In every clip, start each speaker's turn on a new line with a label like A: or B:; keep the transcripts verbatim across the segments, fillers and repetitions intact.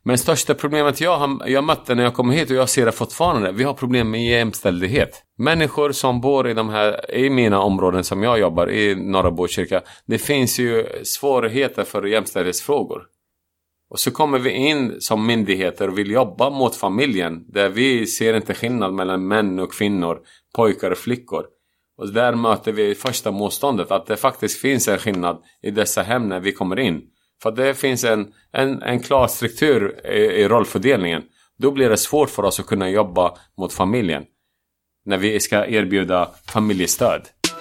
A: Men största problemet jag har jag mötte när jag kom hit, och jag ser det fortfarande, vi har problem med jämställdhet. Människor som bor i de här, i mina områden som jag jobbar i norra Botkyrka, det finns ju svårigheter för jämställdhetsfrågor. Och så kommer vi in som myndigheter och vill jobba mot familjen, där vi ser inte skillnad mellan män och kvinnor, pojkar och flickor. Och där möter vi första motståndet, att det faktiskt finns en skillnad i dessa hem när vi kommer in. För det finns en, en, en klar struktur i, i rollfördelningen. Då blir det svårt för oss att kunna jobba mot familjen när vi ska erbjuda familjestöd.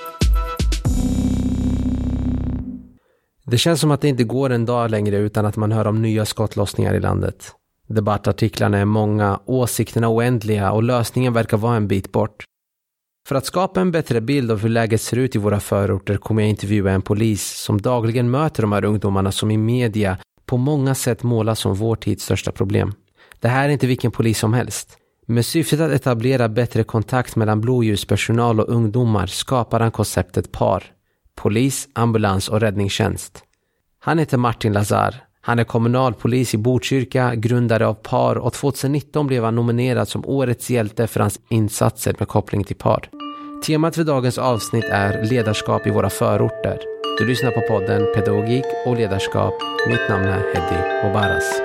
B: Det känns som att det inte går en dag längre utan att man hör om nya skottlossningar i landet. Debattartiklarna är många, åsikterna oändliga och lösningen verkar vara en bit bort. För att skapa en bättre bild av hur läget ser ut i våra förorter kommer jag intervjua en polis som dagligen möter de här ungdomarna som i media på många sätt målas som vår tids största problem. Det här är inte vilken polis som helst. Med syftet att etablera bättre kontakt mellan blåljuspersonal och ungdomar skapar han konceptet PAR. Polis, ambulans och räddningstjänst. Han heter Martin Lazar. Han är kommunalpolis i Botkyrka, grundare av PAR, och tjugonitton blev han nominerad som årets hjälte för hans insatser med koppling till PAR. Temat för dagens avsnitt är ledarskap i våra förorter. Du lyssnar på podden Pedagogik och ledarskap. Mitt namn är Hedi Obaras.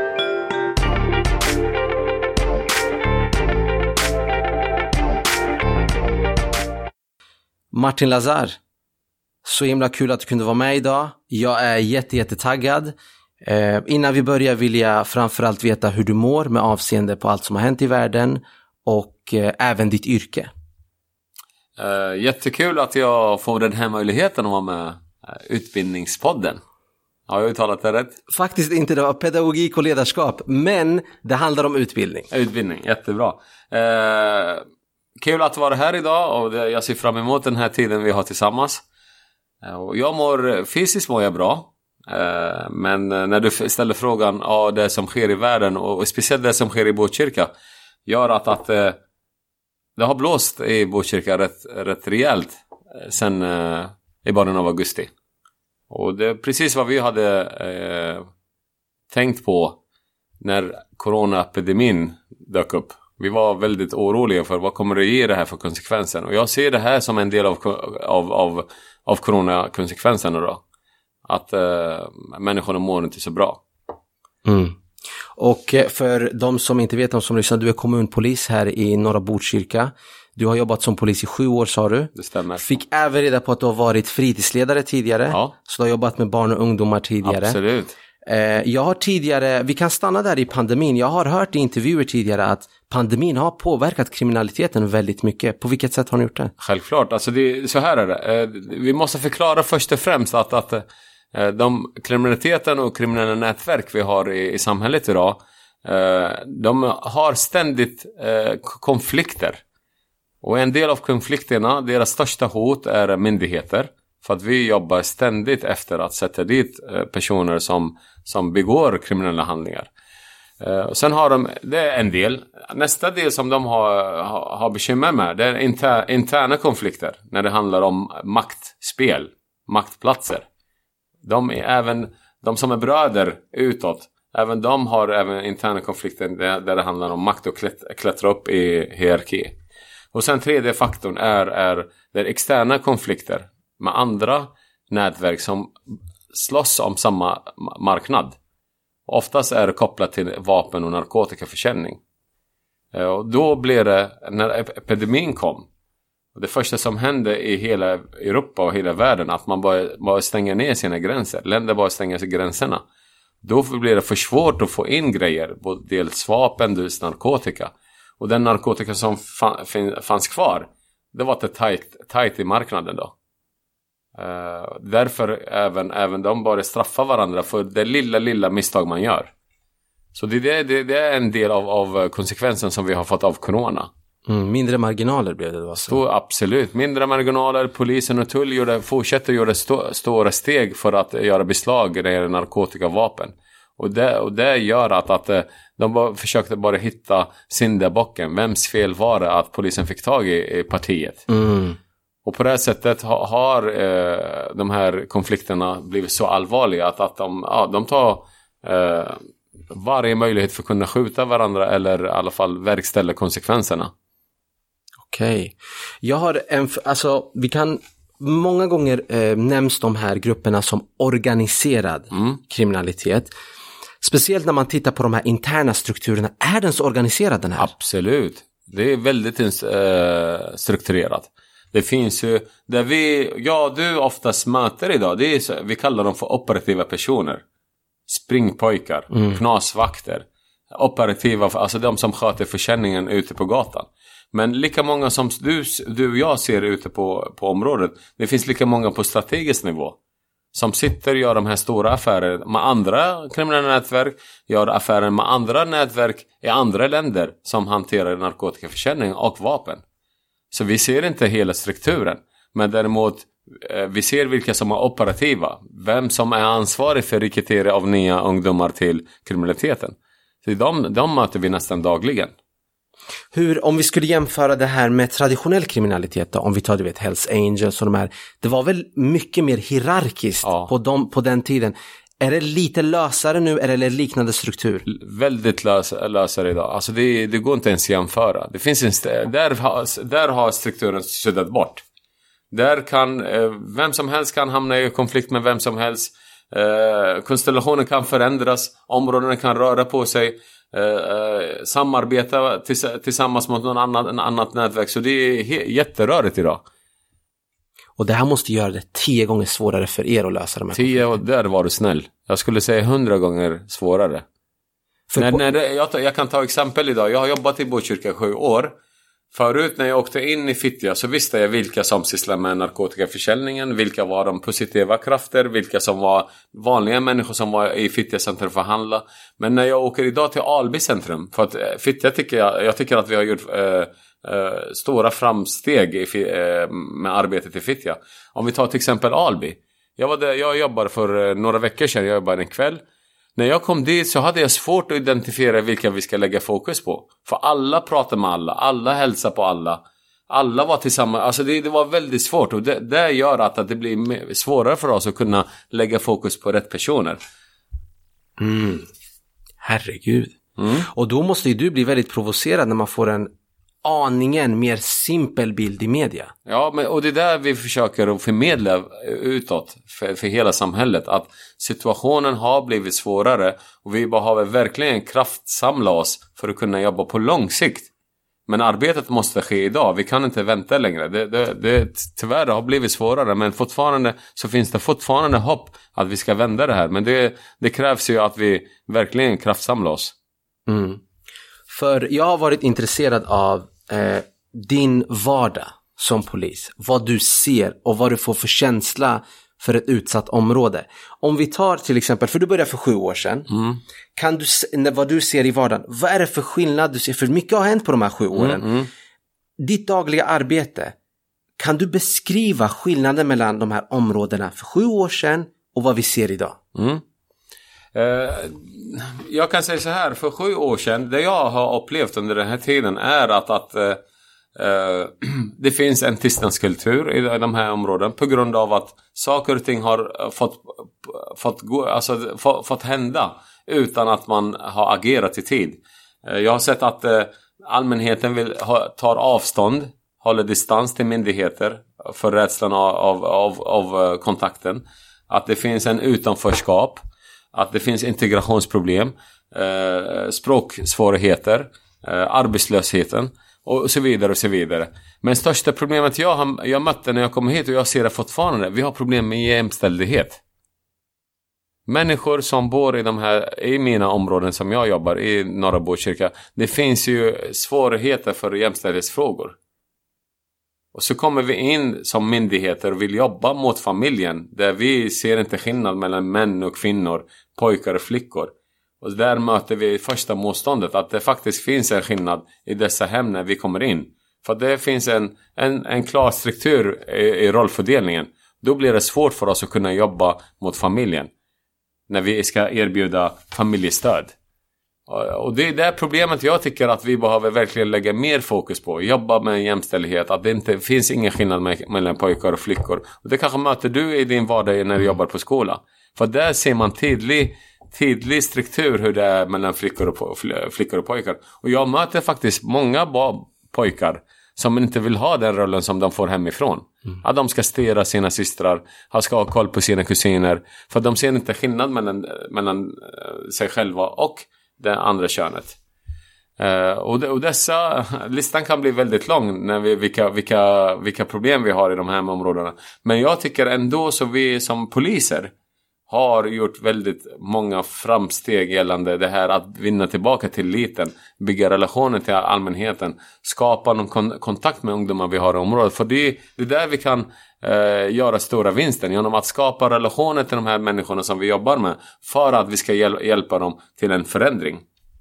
B: Martin Lazar, så himla kul att du kunde vara med idag. Jag är jätte, jättetaggad. Eh, innan vi börjar vill jag framförallt veta hur du mår med avseende på allt som har hänt i världen och eh, även ditt yrke.
A: Uh, jättekul att jag får den här möjligheten att vara med uh, Utbildningspodden. Har jag uttalat det rätt?
B: Faktiskt inte, det var pedagogik och ledarskap, men det handlar om utbildning.
A: Utbildning, jättebra. Uh, kul att vara här idag, och jag ser fram emot den här tiden vi har tillsammans. Uh, och jag mår, fysiskt mår jag bra. Uh, men när du ställer frågan om ja, det som sker i världen, och speciellt det som sker i Botkyrka, gör att, att uh, det har blåst i Botkyrka rätt, rätt rejält sen uh, i början av augusti. Och det är precis vad vi hade uh, tänkt på när coronaepidemin dök upp. Vi var väldigt oroliga för vad kommer det ge det här för konsekvenser. Och jag ser det här som en del av, av, av, av coronakonsekvenserna då. Att uh, människorna mår inte så bra.
B: Mm. Och för de som inte vet, de som lyssnar, du är kommunpolis här i norra Botkyrka. Du har jobbat som polis i sju år, sa du.
A: Det stämmer.
B: Fick även reda på att du har varit fritidsledare tidigare.
A: Ja.
B: Så du har jobbat med barn och ungdomar tidigare.
A: Absolut.
B: Eh, jag har tidigare, vi kan stanna där i pandemin. Jag har hört i intervjuer tidigare att pandemin har påverkat kriminaliteten väldigt mycket. På vilket sätt har ni gjort det?
A: Självklart, alltså det, så här är det. Eh, vi måste förklara först och främst att, att eh, de kriminaliteten och kriminella nätverk vi har i, i samhället idag, eh, de har ständigt eh, konflikter. Och en del av konflikterna, deras största hot är myndigheter. För att vi jobbar ständigt efter att sätta dit eh, personer som, som begår kriminella handlingar. Uh, sen har de, det är en del. Nästa del som de har, har, har bekymmer med, det är inter, interna konflikter. När det handlar om maktspel, maktplatser. De är även, de som är bröder utåt, även de har även interna konflikter där, där det handlar om makt och klätt, klättra upp i hierarki. Och sen tredje faktorn är, är det externa konflikter med andra nätverk som slåss om samma marknad. Oftast är det kopplat till vapen- och narkotikaförsäljning. Och då blir det, när epidemin kom, det första som hände i hela Europa och hela världen, att man bara, bara stänger ner sina gränser. Länder bara stänger sig gränserna. Då blir det för svårt att få in grejer, både dels vapen, dels narkotika. Och den narkotika som fanns kvar, det var inte tajt, tajt i marknaden då. Uh, därför även, även de bara straffar varandra för det lilla, lilla misstag man gör. Så det, det, det är en del av, av konsekvensen som vi har fått av corona.
B: Mm, mindre marginaler blev det då?
A: Så, absolut, mindre marginaler. Polisen och tull gjorde, fortsätter göra stå, stora steg för att göra beslag när det gäller narkotika och vapen. Och det, och det gör att, att de bara försökte bara hitta syndabocken. Vems fel var det att polisen fick tag i, i partiet?
B: Mm.
A: Och på det här sättet har, har eh, de här konflikterna blivit så allvarliga att, att de, ja, de tar eh, varje möjlighet för att kunna skjuta varandra eller i alla fall verkställa konsekvenserna.
B: Okej. Okay. Jag har en, alltså vi kan, många gånger eh, nämns de här grupperna som organiserad mm. kriminalitet. Speciellt när man tittar på de här interna strukturerna. Är den så organiserad den här?
A: Absolut. Det är väldigt eh, strukturerat. Det finns ju, där vi, ja du oftast möter idag, det är så, vi kallar dem för operativa personer. Springpojkar, mm. knasvakter. Operativa, alltså de som sköter försäljningen ute på gatan. Men lika många som du, du och jag ser ute på, på området, det finns lika många på strategisk nivå. Som sitter och gör de här stora affärer med andra kriminella nätverk, gör affärer med andra nätverk i andra länder som hanterar narkotikaförsäljning och vapen. Så vi ser inte hela strukturen, men däremot eh, vi ser vilka som är operativa, vem som är ansvarig för rekrytering av nya ungdomar till kriminaliteten. Så de, de möter vi nästan dagligen.
B: Hur, om vi skulle jämföra det här med traditionell kriminalitet då, om vi tar du vet Hells Angels och de här, det var väl mycket mer hierarkiskt ja. på, dem, på den tiden. Är det lite lösare nu eller är det liknande struktur?
A: Väldigt lös, lösare idag. Alltså det, det går inte ens att jämföra. Det finns en, där, har, där har strukturen suddat bort. Där kan eh, vem som helst kan hamna i konflikt med vem som helst. Eh, konstellationen kan förändras. Områdena kan röra på sig. Eh, eh, samarbeta tills, tillsammans mot någon annan, en annat nätverk. Så det är he- jätterörigt idag.
B: Och det här måste göra det tio gånger svårare för er att lösa de här.
A: Tio, och där var du snäll. Jag skulle säga hundra gånger svårare. För när, på... när det, jag, jag kan ta exempel idag. Jag har jobbat i Botkyrka i sju år. Förut när jag åkte in i Fittja så visste jag vilka som sysslar med narkotikaförsäljningen. Vilka var de positiva krafter. Vilka som var vanliga människor som var i Fittja centrum för att handla. Men när jag åker idag till Alby centrum. För att Fittja tycker jag, jag tycker att vi har gjort... Eh, Uh, stora framsteg i, uh, med arbetet i Fittja. Om vi tar till exempel Alby. Jag, var där, jag jobbade för uh, några veckor sedan. Jag jobbade en kväll. När jag kom dit så hade jag svårt att identifiera vilka vi ska lägga fokus på. För alla pratar med alla. Alla hälsar på alla. Alla var tillsammans. Alltså det, det var väldigt svårt. Och det, det gör att, att det blir svårare för oss att kunna lägga fokus på rätt personer.
B: Mm. Herregud. Mm. Och då måste ju du bli väldigt provocerad när man får en aningen mer simpel bild i media.
A: Ja, men, och det är där vi försöker att förmedla utåt för, för hela samhället. Att situationen har blivit svårare och vi behöver verkligen kraftsamla oss för att kunna jobba på lång sikt. Men arbetet måste ske idag. Vi kan inte vänta längre. Det, det, det tyvärr har blivit svårare, men fortfarande så finns det fortfarande hopp att vi ska vända det här. Men det, det krävs ju att vi verkligen kraftsamlar oss.
B: Mm. För jag har varit intresserad av eh, din vardag som polis. Vad du ser och vad du får för känsla för ett utsatt område. Om vi tar till exempel, för du började för sju år sedan. Mm. Kan du, vad du ser i vardagen, vad är det för skillnad du ser? För mycket har hänt på de här sju åren. Mm, mm. Ditt dagliga arbete, kan du beskriva skillnaden mellan de här områdena för sju år sedan och vad vi ser idag?
A: Mm. Uh, jag kan säga så här, för sju år sedan, det jag har upplevt under den här tiden är att, att uh, uh, det finns en tystnadskultur i de här områden på grund av att saker och ting har fått, fått, gå, alltså, fått, fått hända utan att man har agerat i tid. Uh, jag har sett att uh, allmänheten vill ha, tar avstånd, håller distans till myndigheter för rädslan av, av, av, av kontakten. Att det finns en utanförskap. Att det finns integrationsproblem, eh, språksvårigheter, eh, arbetslösheten och så vidare och så vidare. Men största problemet jag, har, jag mötte när jag kom hit och jag ser det fortfarande, vi har problem med jämställdhet. Människor som bor i de här, i mina områden som jag jobbar i norra Botkyrka, det finns ju svårigheter för jämställdhetsfrågor. Och så kommer vi in som myndigheter och vill jobba mot familjen. Där vi ser inte skillnad mellan män och kvinnor, pojkar och flickor. Och där möter vi första motståndet. Att det faktiskt finns en skillnad i dessa hem när vi kommer in. För det finns en, en, en klar struktur i, i rollfördelningen. Då blir det svårt för oss att kunna jobba mot familjen. När vi ska erbjuda familjestöd. Och det är det problemet jag tycker att vi behöver verkligen lägga mer fokus på. Jobba med jämställdhet. Att det inte finns ingen skillnad mellan pojkar och flickor. Och det kanske möter du i din vardag när du jobbar på skola. För där ser man tydlig, tydlig struktur hur det är mellan flickor och, flickor och pojkar. Och jag möter faktiskt många ba- pojkar som inte vill ha den rollen som de får hemifrån. Mm. Att de ska styra sina systrar, de ska ha koll på sina kusiner. För de ser inte skillnad mellan, mellan sig själva och det andra könet. Uh, och, och dessa, listan kan bli väldigt lång när vi, vilka, vilka, vilka problem vi har i de här områdena. Men jag tycker ändå så vi som poliser har gjort väldigt många framsteg gällande det här att vinna tillbaka tilliten, bygga relationer till allmänheten, skapa någon kon- kontakt med ungdomar vi har i området. För det, det är där vi kan eh, göra stora vinsten, genom att skapa relationer till de här människorna som vi jobbar med, för att vi ska hjäl- hjälpa dem till en förändring.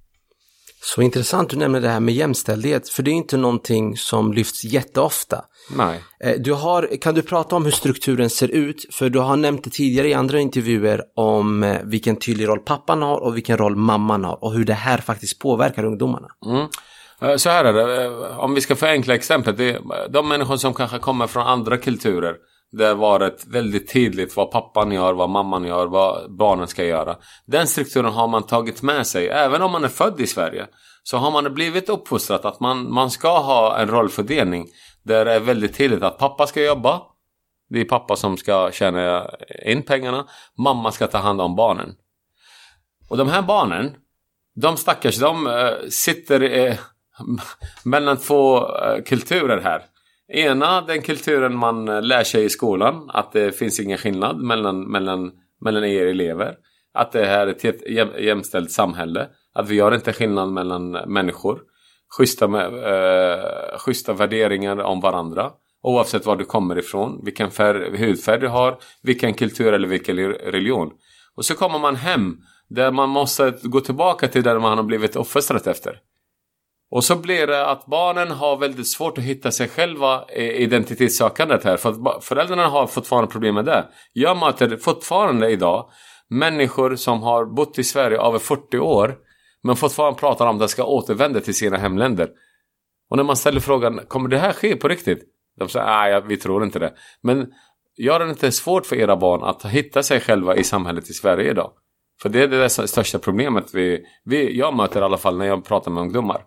B: Så intressant du nämner det här med jämställdhet, för det är inte någonting som lyfts jätteofta.
A: Nej.
B: Du har, kan du prata om hur strukturen ser ut? För du har nämnt det tidigare i andra intervjuer om vilken tydlig roll pappan har och vilken roll mamman har, och hur det här faktiskt påverkar ungdomarna.
A: Mm. Så här är det, om vi ska förenkla exemplet, det är de människor som kanske kommer från andra kulturer, det har varit väldigt tydligt vad pappan gör, vad mamman gör, vad barnen ska göra. Den strukturen har man tagit med sig. Även om man är född i Sverige så har man blivit uppfostrat att man, man ska ha en rollfördelning där det är väldigt tydligt att pappa ska jobba. Det är pappa som ska tjäna in pengarna. Mamma ska ta hand om barnen. Och de här barnen, de stackars, de äh, sitter äh, mellan två äh, kulturer här. Ena, den kulturen man lär sig i skolan, att det finns ingen skillnad mellan, mellan, mellan er elever, att det här är ett jäm, jämställt samhälle, att vi gör inte skillnad mellan människor, schyssta, eh, schyssta värderingar om varandra, oavsett var du kommer ifrån, vilken färg, hudfärg du har, vilken kultur eller vilken religion. Och så kommer man hem där man måste gå tillbaka till där man har blivit uppfostrat efter. Och så blir det att barnen har väldigt svårt att hitta sig själva i identitetssökandet här. För att föräldrarna har fortfarande problem med det. Jag möter fortfarande idag människor som har bott i Sverige över fyrtio år, men fortfarande pratar om att de ska återvända till sina hemländer. Och när man ställer frågan, kommer det här ske på riktigt? De säger, nej, vi tror inte det. Men gör det inte svårt för era barn att hitta sig själva i samhället i Sverige idag? För det är det största problemet vi, vi, jag möter i alla fall när jag pratar med ungdomar.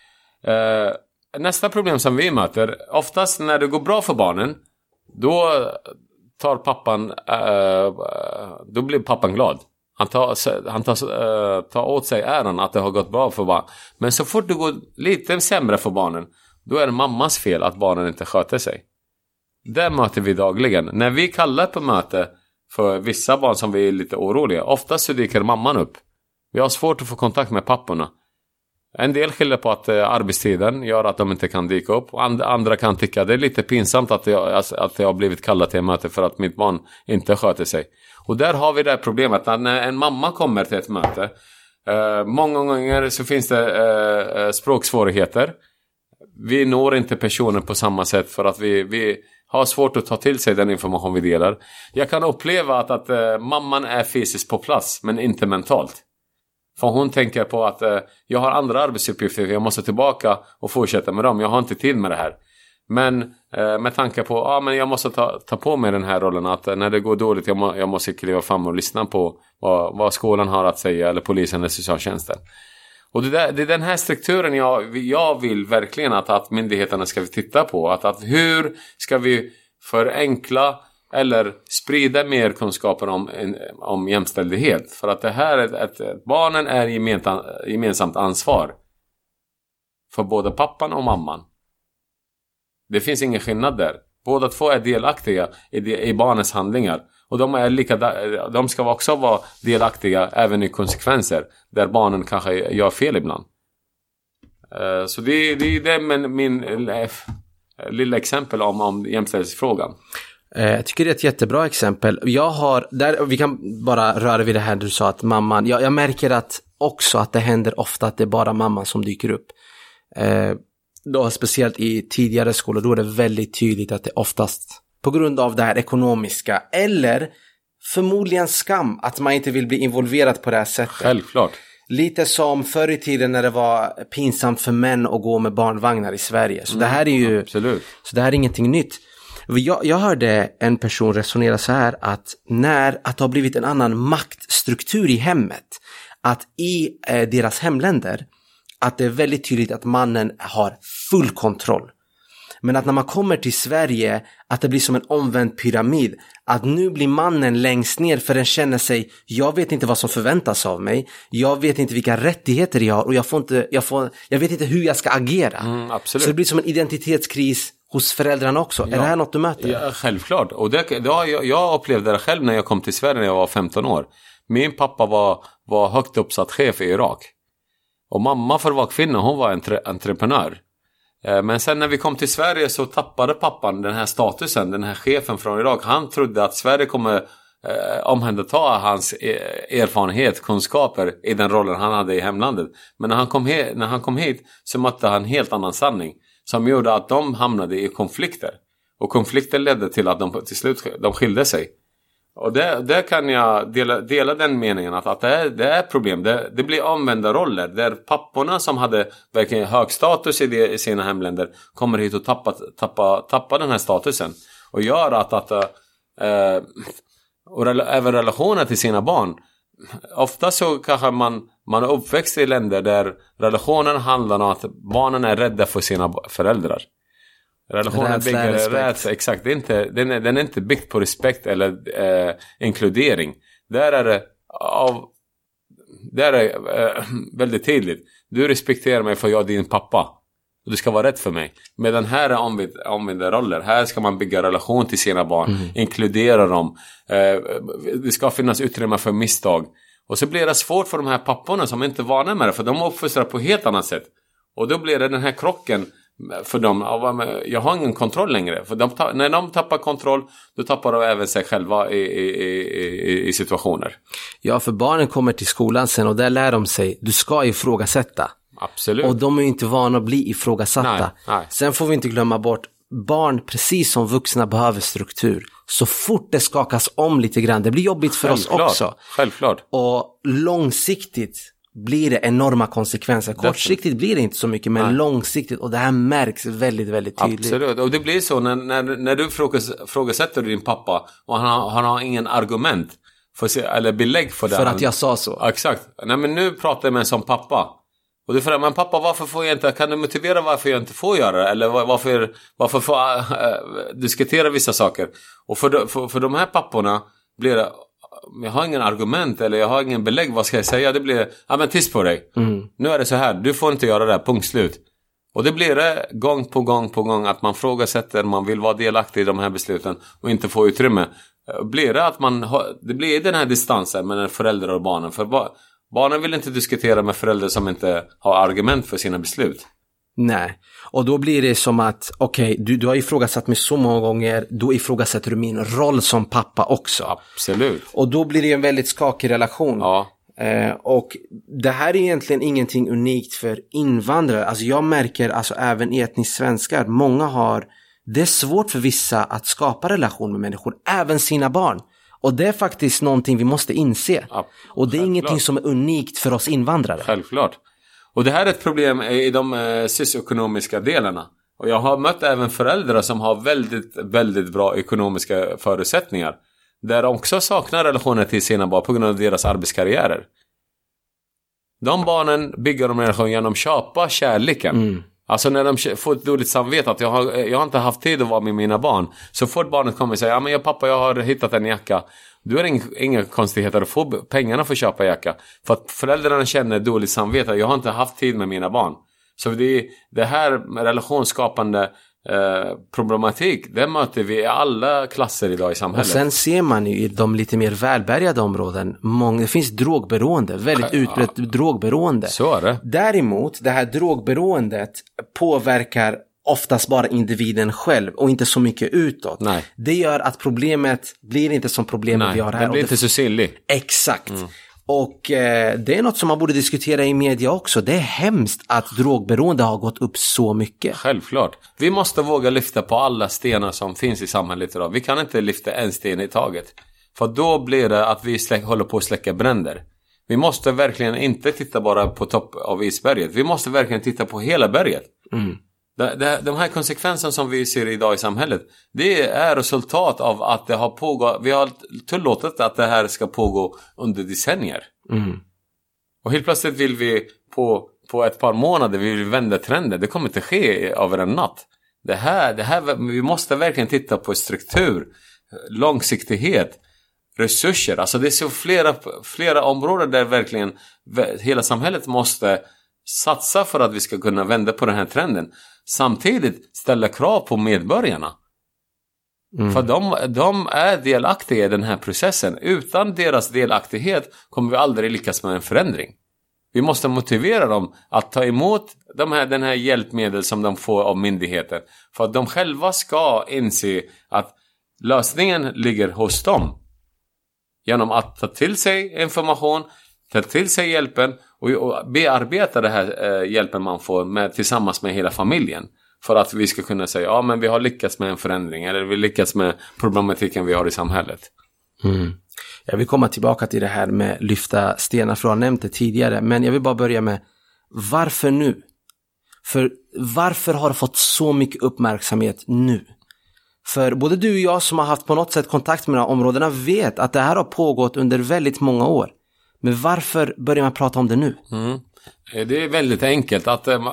A: Uh, nästa problem som vi möter, oftast när det går bra för barnen, då tar pappan uh, då blir pappan glad. Han tar, han tar, uh, tar åt sig äran att det har gått bra för barn. Men så fort det går lite sämre för barnen, då är det mammas fel att barnen inte sköter sig. Det möter vi dagligen. När vi kallar på möte för vissa barn som vi är lite oroliga, oftast så dyker mamman upp. Vi har svårt att få kontakt med papporna. En del skyller på att eh, arbetstiden gör att de inte kan dyka upp. Och and- andra kan tycka att det är lite pinsamt att jag, att jag har blivit kallad till ett möte för att mitt barn inte sköter sig. Och där har vi det här problemet att när en mamma kommer till ett möte, eh, många gånger så finns det eh, språksvårigheter. Vi når inte personen på samma sätt för att vi, vi har svårt att ta till sig den information vi delar. Jag kan uppleva att, att eh, mamman är fysiskt på plats men inte mentalt. För hon tänker på att eh, jag har andra arbetsuppgifter, jag måste tillbaka och fortsätta med dem. Jag har inte tid med det här. Men eh, med tanke på att ah, men jag måste ta, ta på mig den här rollen, att eh, när det går dåligt jag, må, jag måste kliva fram och lyssna på vad, vad skolan har att säga, eller polisen eller socialtjänsten. Och det, där, det är den här strukturen jag, jag vill verkligen att, att myndigheterna ska titta på. Att, att hur ska vi förenkla eller sprida mer kunskaper om, om jämställdhet. För att det här är ett, ett, barnen är gemensamt, gemensamt ansvar för både pappan och mamman. Det finns ingen skillnad där. Båda två är delaktiga i, de, i barnens handlingar. Och de, är lika, de ska också vara delaktiga även i konsekvenser där barnen kanske gör fel ibland. Så det, det, det är min, min lilla exempel om, om jämställdhetsfrågan.
B: Jag tycker det är ett jättebra exempel. Jag har, där, vi kan bara röra vid det här du sa att mamman, jag, jag märker att också att det händer ofta att det är bara mamman som dyker upp. Eh, då speciellt i tidigare skolor, då är det väldigt tydligt att det oftast på grund av det här ekonomiska eller förmodligen skam att man inte vill bli involverad på det här sättet.
A: Självklart.
B: Lite som förr i tiden när det var pinsamt för män att gå med barnvagnar i Sverige. Så mm, det här är ju
A: absolut.
B: Så det här är ingenting nytt. Jag, jag hörde en person resonera så här att när att det har blivit en annan maktstruktur i hemmet, att i eh, deras hemländer att det är väldigt tydligt att mannen har full kontroll. Men att när man kommer till Sverige att det blir som en omvänd pyramid. Att nu blir mannen längst ner för den känner sig, jag vet inte vad som förväntas av mig. Jag vet inte vilka rättigheter jag har och jag får inte, jag får, jag vet inte hur jag ska agera.
A: Mm, absolut.
B: Så det blir som en identitetskris hos föräldrarna också. Ja. Är det här något du möter?
A: Ja, självklart. Och det, det har jag, jag upplevde det själv när jag kom till Sverige när jag var femton år. Min pappa var, var högt uppsatt chef i Irak. Och mamma för att vara kvinna, hon var entre, entreprenör. Men sen när vi kom till Sverige så tappade pappan den här statusen, den här chefen från Irak. Han trodde att Sverige kommer eh, omhänderta hans erfarenhet, kunskaper i den rollen han hade i hemlandet. Men när han kom, he- när han kom hit så mötte han en helt annan sanning som gjorde att de hamnade i konflikter. Och konflikter ledde till att de till slut de skilde sig. Och det, det kan jag dela, dela den meningen att, att det, är, det är problem. Det, det blir omvända roller där papporna som hade verkligen hög status i, det, i sina hemländer kommer hit och tappar tappa, tappa den här statusen. Och gör att, att äh, och rela, även relationer till sina barn. Ofta så kanske man, man är uppväxt i länder där relationen handlar om att barnen är rädda för sina föräldrar. Relationen bygger rädsla, exakt. Det är inte, den, är, den är inte byggt på respekt eller eh, inkludering. Där är det, av, där är eh, väldigt tydligt. Du respekterar mig för jag är din pappa. Och du ska vara rädd för mig. Medan här är omvända, omvända roller. Här ska man bygga relation till sina barn. Mm. Inkludera dem. Eh, det ska finnas utrymme för misstag. Och så blir det svårt för de här papporna som inte är vana med det. För de uppfostrar på helt annat sätt. Och då blir det den här krocken. För dem, jag har ingen kontroll längre. För de, när de tappar kontroll, då tappar de även sig själva i, i, i, i situationer.
B: Ja, för barnen kommer till skolan sen och där lär de sig, du ska ifrågasätta.
A: Absolut.
B: Och de är ju inte vana att bli ifrågasatta.
A: Nej, nej.
B: Sen får vi inte glömma bort, barn precis som vuxna behöver struktur. Så fort det skakas om lite grann, det blir jobbigt för
A: Självklart.
B: oss också.
A: Självklart.
B: Och långsiktigt blir det enorma konsekvenser. Kortsiktigt blir det inte så mycket, men Nej. långsiktigt, och det här märks väldigt, väldigt tydligt.
A: Absolut, och det blir så när, när, när du frågas, frågasätter din pappa och han har, han har ingen argument för sig, eller belägg för det.
B: För att jag sa så.
A: Exakt. Nej, men nu pratar jag med en som pappa. Och du frågar, men pappa, varför får jag inte, kan du motivera varför jag inte får göra det? Eller varför, varför får jag äh, diskutera vissa saker? Och för, för, för de här papporna blir det, jag har ingen argument eller jag har ingen belägg, vad ska jag säga? Det blir, ja men tyst på dig. Mm. Nu är det så här, du får inte göra det här, punkt slut. Och det blir det gång på gång på gång att man frågasätter, man vill vara delaktig i de här besluten och inte få utrymme. Blir det att man har, det blir den här distansen mellan föräldrar och barnen. För ba, barnen vill inte diskutera med föräldrar som inte har argument för sina beslut.
B: Nej, och då blir det som att okej, okay, du, du har ifrågasatt mig så många gånger, då ifrågasätter du min roll som pappa också.
A: Absolut.
B: Och då blir det en väldigt skakig relation.
A: Ja.
B: Eh, och det här är egentligen ingenting unikt för invandrare. Alltså jag märker, alltså även etnisk svenskar, många har, det är svårt för vissa att skapa relation med människor, även sina barn. Och det är faktiskt någonting vi måste inse. Ja, och det är självklart. Ingenting som är unikt för oss invandrare.
A: Självklart. Och det här är ett problem i de eh, socioekonomiska delarna. Och jag har mött även föräldrar som har väldigt, väldigt bra ekonomiska förutsättningar. Där de också saknar relationer till sina barn på grund av deras arbetskarriärer. De barnen bygger de relation genom att köpa kärleken. Mm. Alltså när de får ett dåligt samvete att jag har, jag har inte haft tid att vara med mina barn. Så fort barnet kommer och säger, ja men jag, pappa jag har hittat en jacka. Du är inga, inga konstigheter att få pengarna för att köpa jacka. För att föräldrarna känner dåligt samvete. Jag har inte haft tid med mina barn. Så det, det här med relationsskapande eh, problematik, det möter vi i alla klasser idag i samhället.
B: Och sen ser man ju i de lite mer välbärgade områden, många, det finns drogberoende, väldigt ja. utbrett drogberoende.
A: Så är det.
B: Däremot, det här drogberoendet påverkar oftast bara individen själv och inte så mycket utåt.
A: Nej.
B: Det gör att problemet blir inte som problemet
A: Nej,
B: vi har här.
A: det blir
B: det
A: inte så sillig.
B: Exakt. Mm. Och eh, det är något som man borde diskutera i media också. Det är hemskt att drogberoende har gått upp så mycket.
A: Självklart. Vi måste våga lyfta på alla stenar som finns i samhället idag. Vi kan inte lyfta en sten i taget. För då blir det att vi släck, håller på att släcka bränder. Vi måste verkligen inte titta bara på topp av isberget. Vi måste verkligen titta på hela berget. Mm. Det, det, de här konsekvenserna som vi ser idag i samhället, det är resultat av att det har pågått, vi har tillåtit att det här ska pågå under decennier.
B: Mm.
A: Och helt plötsligt vill vi på, på ett par månader vi vill vända trenden. Det kommer inte ske över en natt. Det här, det här, vi måste verkligen titta på struktur, långsiktighet, resurser. Alltså det är så flera, flera områden där verkligen hela samhället måste satsa för att vi ska kunna vända på den här trenden. Samtidigt ställa krav på medborgarna. Mm. För de, de är delaktiga i den här processen. Utan deras delaktighet kommer vi aldrig lyckas med en förändring. Vi måste motivera dem att ta emot de här, den här hjälpmedel som de får av myndigheten. För att de själva ska inse att lösningen ligger hos dem. Genom att ta till sig information, ta till sig hjälpen och, och bearbeta den här eh, hjälpen man får med, tillsammans med hela familjen. För att vi ska kunna säga, ja men vi har lyckats med en förändring. Eller vi lyckats med problematiken vi har i samhället.
B: Mm. Jag vill komma tillbaka till det här med lyfta stenar, för jag har nämnt det tidigare. Men jag vill bara börja med, varför nu? För varför har det fått så mycket uppmärksamhet nu? För både du och jag som har haft på något sätt kontakt med de här områdena vet att det här har pågått under väldigt många år. Men varför börjar man prata om det nu?
A: Mm. Det är väldigt enkelt att äh,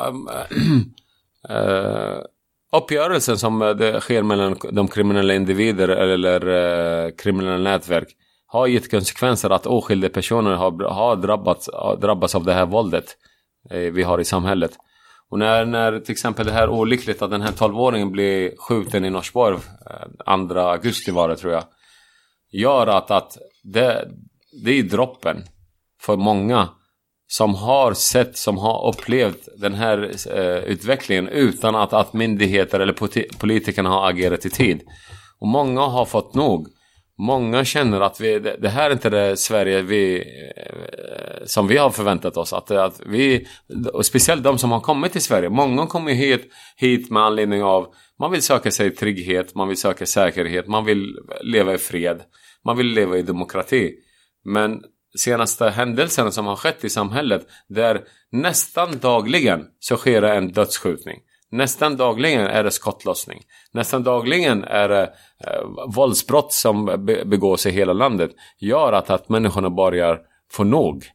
A: äh, uppgörelsen som det sker mellan de kriminella individer eller äh, kriminella nätverk har gett konsekvenser att oskyldiga personer har, har drabbats, har drabbats av det här våldet äh, vi har i samhället. Och när, när till exempel det här olyckligt att den här tolvåringen blir skjuten i Norsborg andra augusti var det tror jag, gör att, att det, det är droppen för många som har sett, som har upplevt den här eh, utvecklingen utan att, att myndigheter eller politikerna har agerat i tid. Och många har fått nog. Många känner att vi, det, det här är inte det Sverige vi, eh, som vi har förväntat oss. Att, att vi, och speciellt de som har kommit till Sverige. Många kommer hit, hit med anledning av man vill söka sig trygghet, man vill söka säkerhet, man vill leva i fred, man vill leva i demokrati. Men senaste händelserna som har skett i samhället, där nästan dagligen så sker det en dödsskjutning. Nästan dagligen är det skottlossning. Nästan dagligen är det eh, våldsbrott som be- begås i hela landet. Gör att, att människorna börjar få nog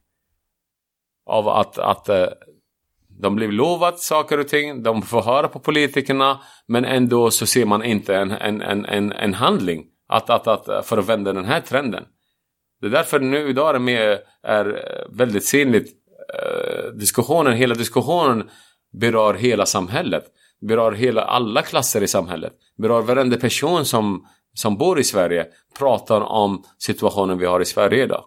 A: av att, att eh, de blir lovat saker och ting. De får höra på politikerna, men ändå så ser man inte en, en, en, en, en handling att, att, att, för att vända den här trenden. Det är därför nu idag är, med, är väldigt synligt eh, diskussionen, hela diskussionen berör hela samhället, berör hela alla klasser i samhället, berör varenda person som, som bor i Sverige, pratar om situationen vi har i Sverige idag.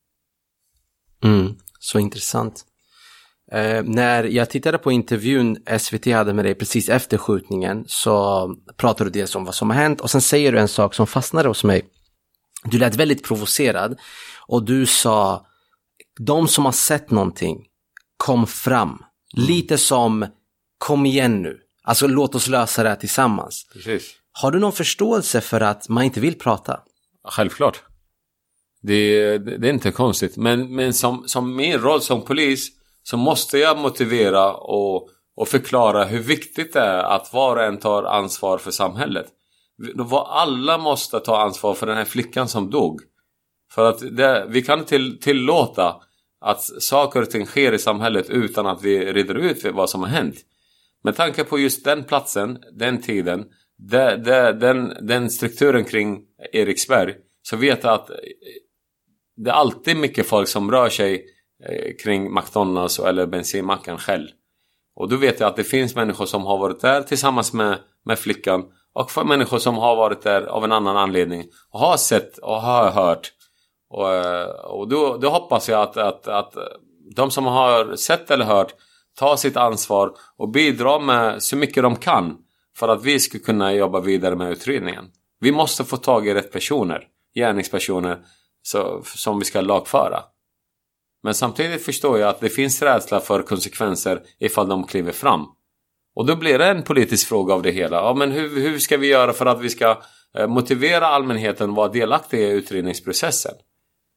B: Mm, så intressant. Eh, när jag tittade på intervjun S V T hade med dig precis efter skjutningen, så pratade du dels om vad som har hänt och sen säger du en sak som fastnade hos mig. Du lät väldigt provocerad och du sa, de som har sett någonting, kom fram. Mm. Lite som, kom igen nu. Alltså låt oss lösa det här tillsammans.
A: Precis.
B: Har du någon förståelse för att man inte vill prata?
A: Självklart. Det, det, det är inte konstigt. Men, men som, som min roll som polis så måste jag motivera och, och förklara hur viktigt det är att var och en tar ansvar för samhället. Alla måste ta ansvar för den här flickan som dog. För att det, vi kan till, tillåta att saker och ting sker i samhället utan att vi reder ut vad som har hänt. Med tanke på just den platsen, den tiden, det, det, den, den strukturen kring Eriksberg, så vet jag att det är alltid mycket folk som rör sig kring McDonalds eller bensinmacken själv. Och då vet jag att det finns människor som har varit där tillsammans med, med flickan. Och för människor som har varit där av en annan anledning och har sett och har hört. Och, och då, då hoppas jag att, att, att de som har sett eller hört tar sitt ansvar och bidrar med så mycket de kan för att vi ska kunna jobba vidare med utredningen. Vi måste få tag i rätt personer, gärningspersoner så, som vi ska lagföra. Men samtidigt förstår jag att det finns rädsla för konsekvenser ifall de kliver fram. Och då blir det en politisk fråga av det hela. Ja, men hur, hur ska vi göra för att vi ska eh, motivera allmänheten att vara delaktiga i utredningsprocessen?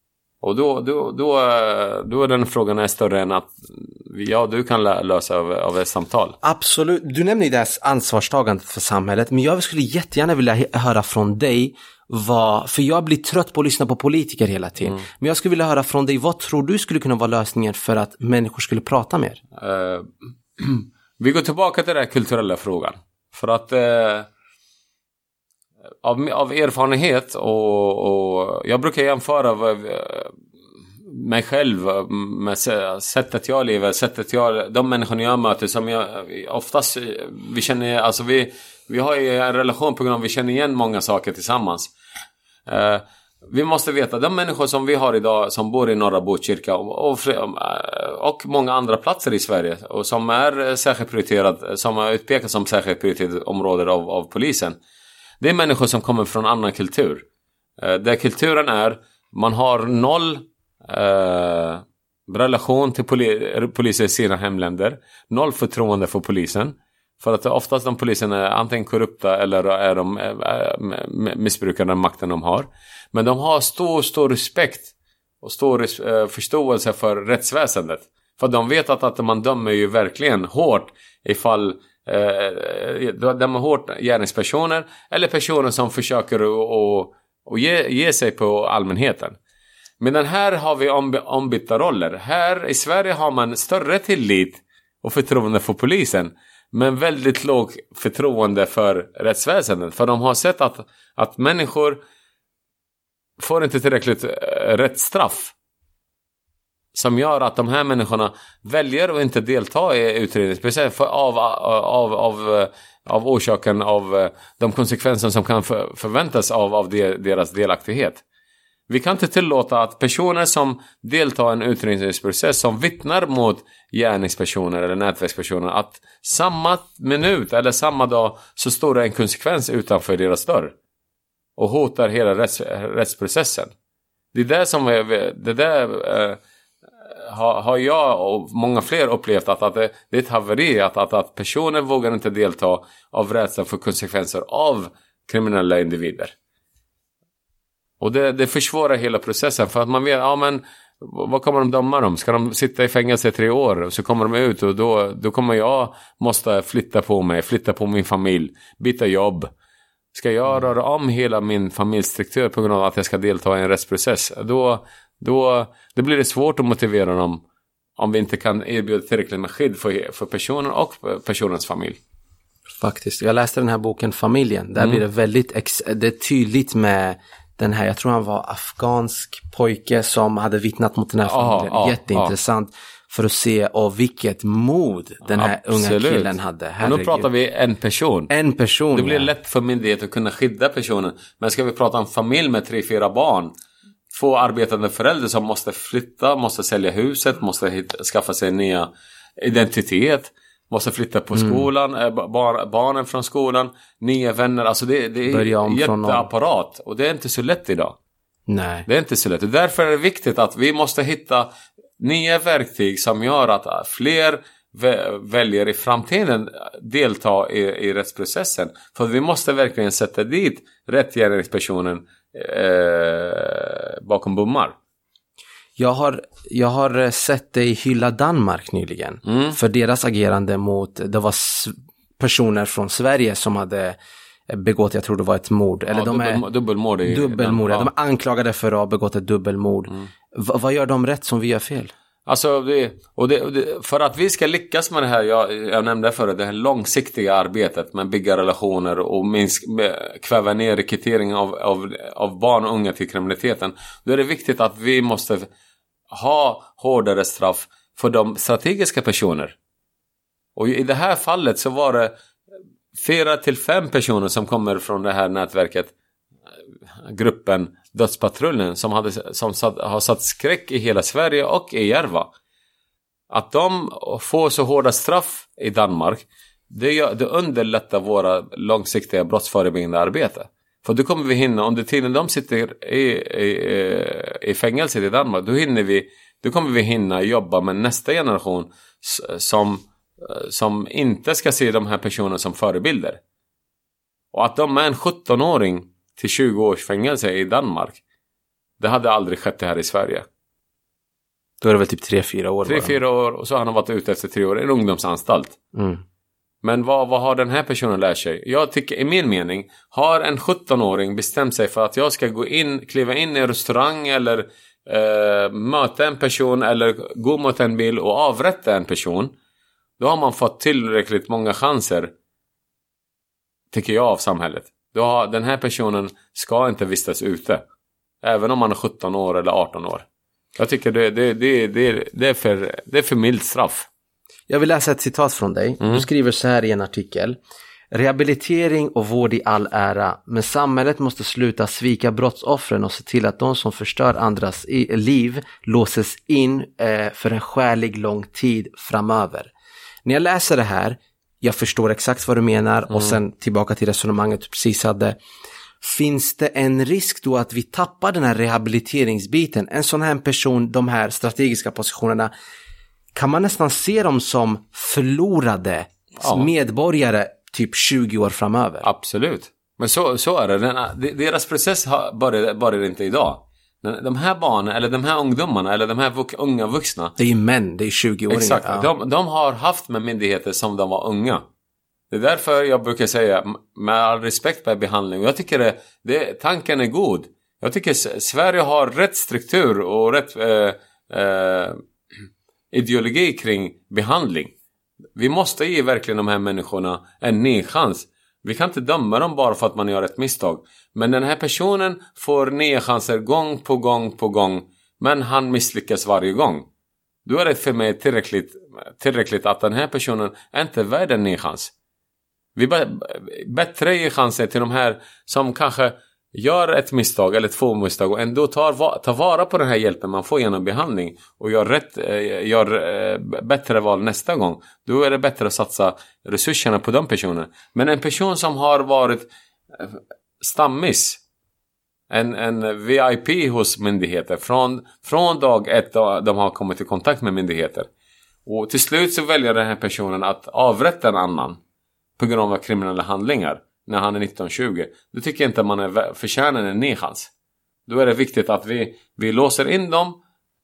A: Och då, då, då, då är den frågan är större än att ja, du kan lösa av, av ett samtal.
B: Absolut. Du nämner ju det här ansvarstagandet för samhället, men jag skulle jättegärna vilja höra från dig vad, för jag blir trött på att lyssna på politiker hela tiden. Mm. Men jag skulle vilja höra från dig, vad tror du skulle kunna vara lösningen för att människor skulle prata mer?
A: Uh, vi går tillbaka till den här kulturella frågan. För att uh, av, av erfarenhet och, och jag brukar jämföra uh, mig själv med sättet jag lever, sättet jag, de människor jag möter som jag oftast, vi känner, alltså vi, vi har ju en relation på grund av att vi känner igen många saker tillsammans. Uh, vi måste veta, de människor som vi har idag som bor i norra Botkyrka och, och, och många andra platser i Sverige och som är särskilt prioriterat, som är utpekat som särskilt prioriterat områden av, av polisen. Det är människor som kommer från annan kultur. Uh, där kulturen är, man har noll Uh, relation till poli- polisen i sina hemländer, noll förtroende för polisen, för att oftast de polisen är antingen korrupta eller är de uh, missbrukar den makten de har, men de har stor, stor respekt och stor uh, förståelse för rättsväsendet, för de vet att, att man dömer ju verkligen hårt ifall uh, de är hårt gärningspersoner eller personer som försöker att ge, ge sig på allmänheten. Men här har vi ombytta roller. Här i Sverige har man större tillit och förtroende för polisen, men väldigt låg förtroende för rättsväsendet. För de har sett att, att människor får inte tillräckligt rätt straff, som gör att de här människorna väljer att inte delta i utredningsprocessen för av, av, av, av orsaken av de konsekvenser som kan för, förväntas av, av deras delaktighet. Vi kan inte tillåta att personer som deltar i en utredningsprocess, som vittnar mot gärningspersoner eller nätverkspersoner, att samma minut eller samma dag så står det en konsekvens utanför deras dörr och hotar hela rätts, rättsprocessen. Det är det som är, det där eh, har, har jag och många fler upplevt att, att det, det är ett haveri, att, att, att personer vågar inte delta av rädsla för konsekvenser av kriminella individer. Och det, det försvårar hela processen, för att man vet, ja men vad kommer de döma dem? Ska de sitta i fängelse i tre år och så kommer de ut och då, då kommer jag måste flytta på mig, flytta på min familj, byta jobb. Ska jag röra om hela min familjstruktur på grund av att jag ska delta i en rättsprocess? Då, då det blir det svårt att motivera dem om vi inte kan erbjuda tillräckligt med skydd för, för personen och personens familj.
B: Faktiskt, jag läste den här boken Familjen. Där mm. blir det väldigt ex- det är tydligt med den här, jag tror han var afghansk pojke som hade vittnat mot den här familjen. Aha, jätteintressant aha. För att se av vilket mod den här Absolut. Unga killen hade.
A: Herregud. Men då pratar vi en person.
B: En person,
A: Det blir
B: ja.
A: lätt för myndigheter att kunna skydda personen. Men ska vi prata om familj med tre, fyra barn, två arbetande föräldrar som måste flytta, måste sälja huset, måste hitta, skaffa sig nya identitet, måste flytta på skolan, mm. bar, barnen från skolan, nya vänner. Alltså det, det är en jätteapparat. Och det är inte så lätt idag.
B: Nej.
A: Det är inte så lätt. Därför är det viktigt att vi måste hitta nya verktyg som gör att fler vä- väljer i framtiden delta i, i rättsprocessen. För vi måste verkligen sätta dit rättgärningspersonen eh, bakom bommar.
B: Jag har, jag har sett det i Hylla Danmark nyligen. Mm. För deras agerande mot, det var s- personer från Sverige som hade begått, jag tror det var ett mord. Eller
A: ja,
B: de
A: dubbel,
B: är,
A: dubbelmord. I
B: dubbelmord
A: den,
B: ja. De är anklagade för att ha begått ett dubbelmord. Mm. V- vad gör de rätt som vi gör fel?
A: Alltså, det, och det, och det, för att vi ska lyckas med det här, jag, jag nämnde förut, det här långsiktiga arbetet med bygga relationer och minsk, kväva ner rekrytering av, av, av barn och unga till kriminaliteten, då är det viktigt att vi måste ha hårdare straff för de strategiska personer. Och i det här fallet så var det fyra till fem personer som kommer från det här nätverket, gruppen Dödspatrullen, som, hade, som satt, har satt skräck i hela Sverige och i Järva. Att de får så hårda straff i Danmark, det, gör, det underlättar våra långsiktiga brottsförebyggande arbete. För då kommer vi hinna, under tiden de sitter i, i, i fängelse i Danmark, då, hinner vi, då kommer vi hinna jobba med nästa generation som, som inte ska se de här personerna som förebilder. Och att de är en sjutton-åring till tjugo års fängelse i Danmark, det hade aldrig skett det här i Sverige.
B: Då är det väl typ tre, fyra år.
A: Tre, fyra år och så har han varit ute efter tre år i en ungdomsanstalt.
B: Mm.
A: Men vad, vad har den här personen lärt sig? Jag tycker, i min mening, har en sjutton-åring bestämt sig för att jag ska gå in, kliva in i en restaurang eller eh, möta en person eller gå mot en bil och avrätta en person, då har man fått tillräckligt många chanser, tycker jag, av samhället. Då har, den här personen ska inte vistas ute, även om man är sjutton år eller arton år. Jag tycker det, det, det, det, det, är, för, det är för mild straff.
B: Jag vill läsa ett citat från dig. Mm. Du skriver så här i en artikel. Rehabilitering och vård i all ära, men samhället måste sluta svika brottsoffren och se till att de som förstör andras liv låses in eh, för en skälig lång tid framöver. När jag läser det här, jag förstår exakt vad du menar mm. och sen tillbaka till resonemanget du precis hade. Finns det en risk då att vi tappar den här rehabiliteringsbiten? En sån här person, de här strategiska positionerna, kan man nästan se dem som förlorade ja. medborgare typ tjugo år framöver?
A: Absolut. Men så, så är det. Den, deras process börjar, börjar inte idag. De här barnen, eller de här ungdomarna, eller de här vux, unga vuxna.
B: Det är ju män, det är tjugo-åringar.
A: Exakt. Ja. De, de har haft med myndigheter som de var unga. Det är därför jag brukar säga, med all respekt på behandling, jag tycker det, det, tanken är god. Jag tycker Sverige har rätt struktur och rätt eh, eh, ideologi kring behandling. Vi måste ge verkligen de här människorna en ny chans. Vi kan inte döma dem bara för att man gör ett misstag. Men den här personen får nya chanser gång på gång på gång. Men han misslyckas varje gång. Då är det för mig tillräckligt, tillräckligt att den här personen inte är värd en ny chans. Vi bättre ger chanser till de här som kanske gör ett misstag eller två misstag och ändå tar, tar vara på den här hjälpen man får genom behandling och gör, rätt, gör bättre val nästa gång. Då är det bättre att satsa resurserna på de personerna. Men en person som har varit stammis, en, en V I P hos myndigheter från, från dag ett då de har kommit i kontakt med myndigheter, och till slut så väljer den här personen att avrätta en annan på grund av kriminella handlingar när han är nitton tjugo, då tycker jag inte att man är förtjänar en ny chans. Då är det viktigt att vi, vi låser in dem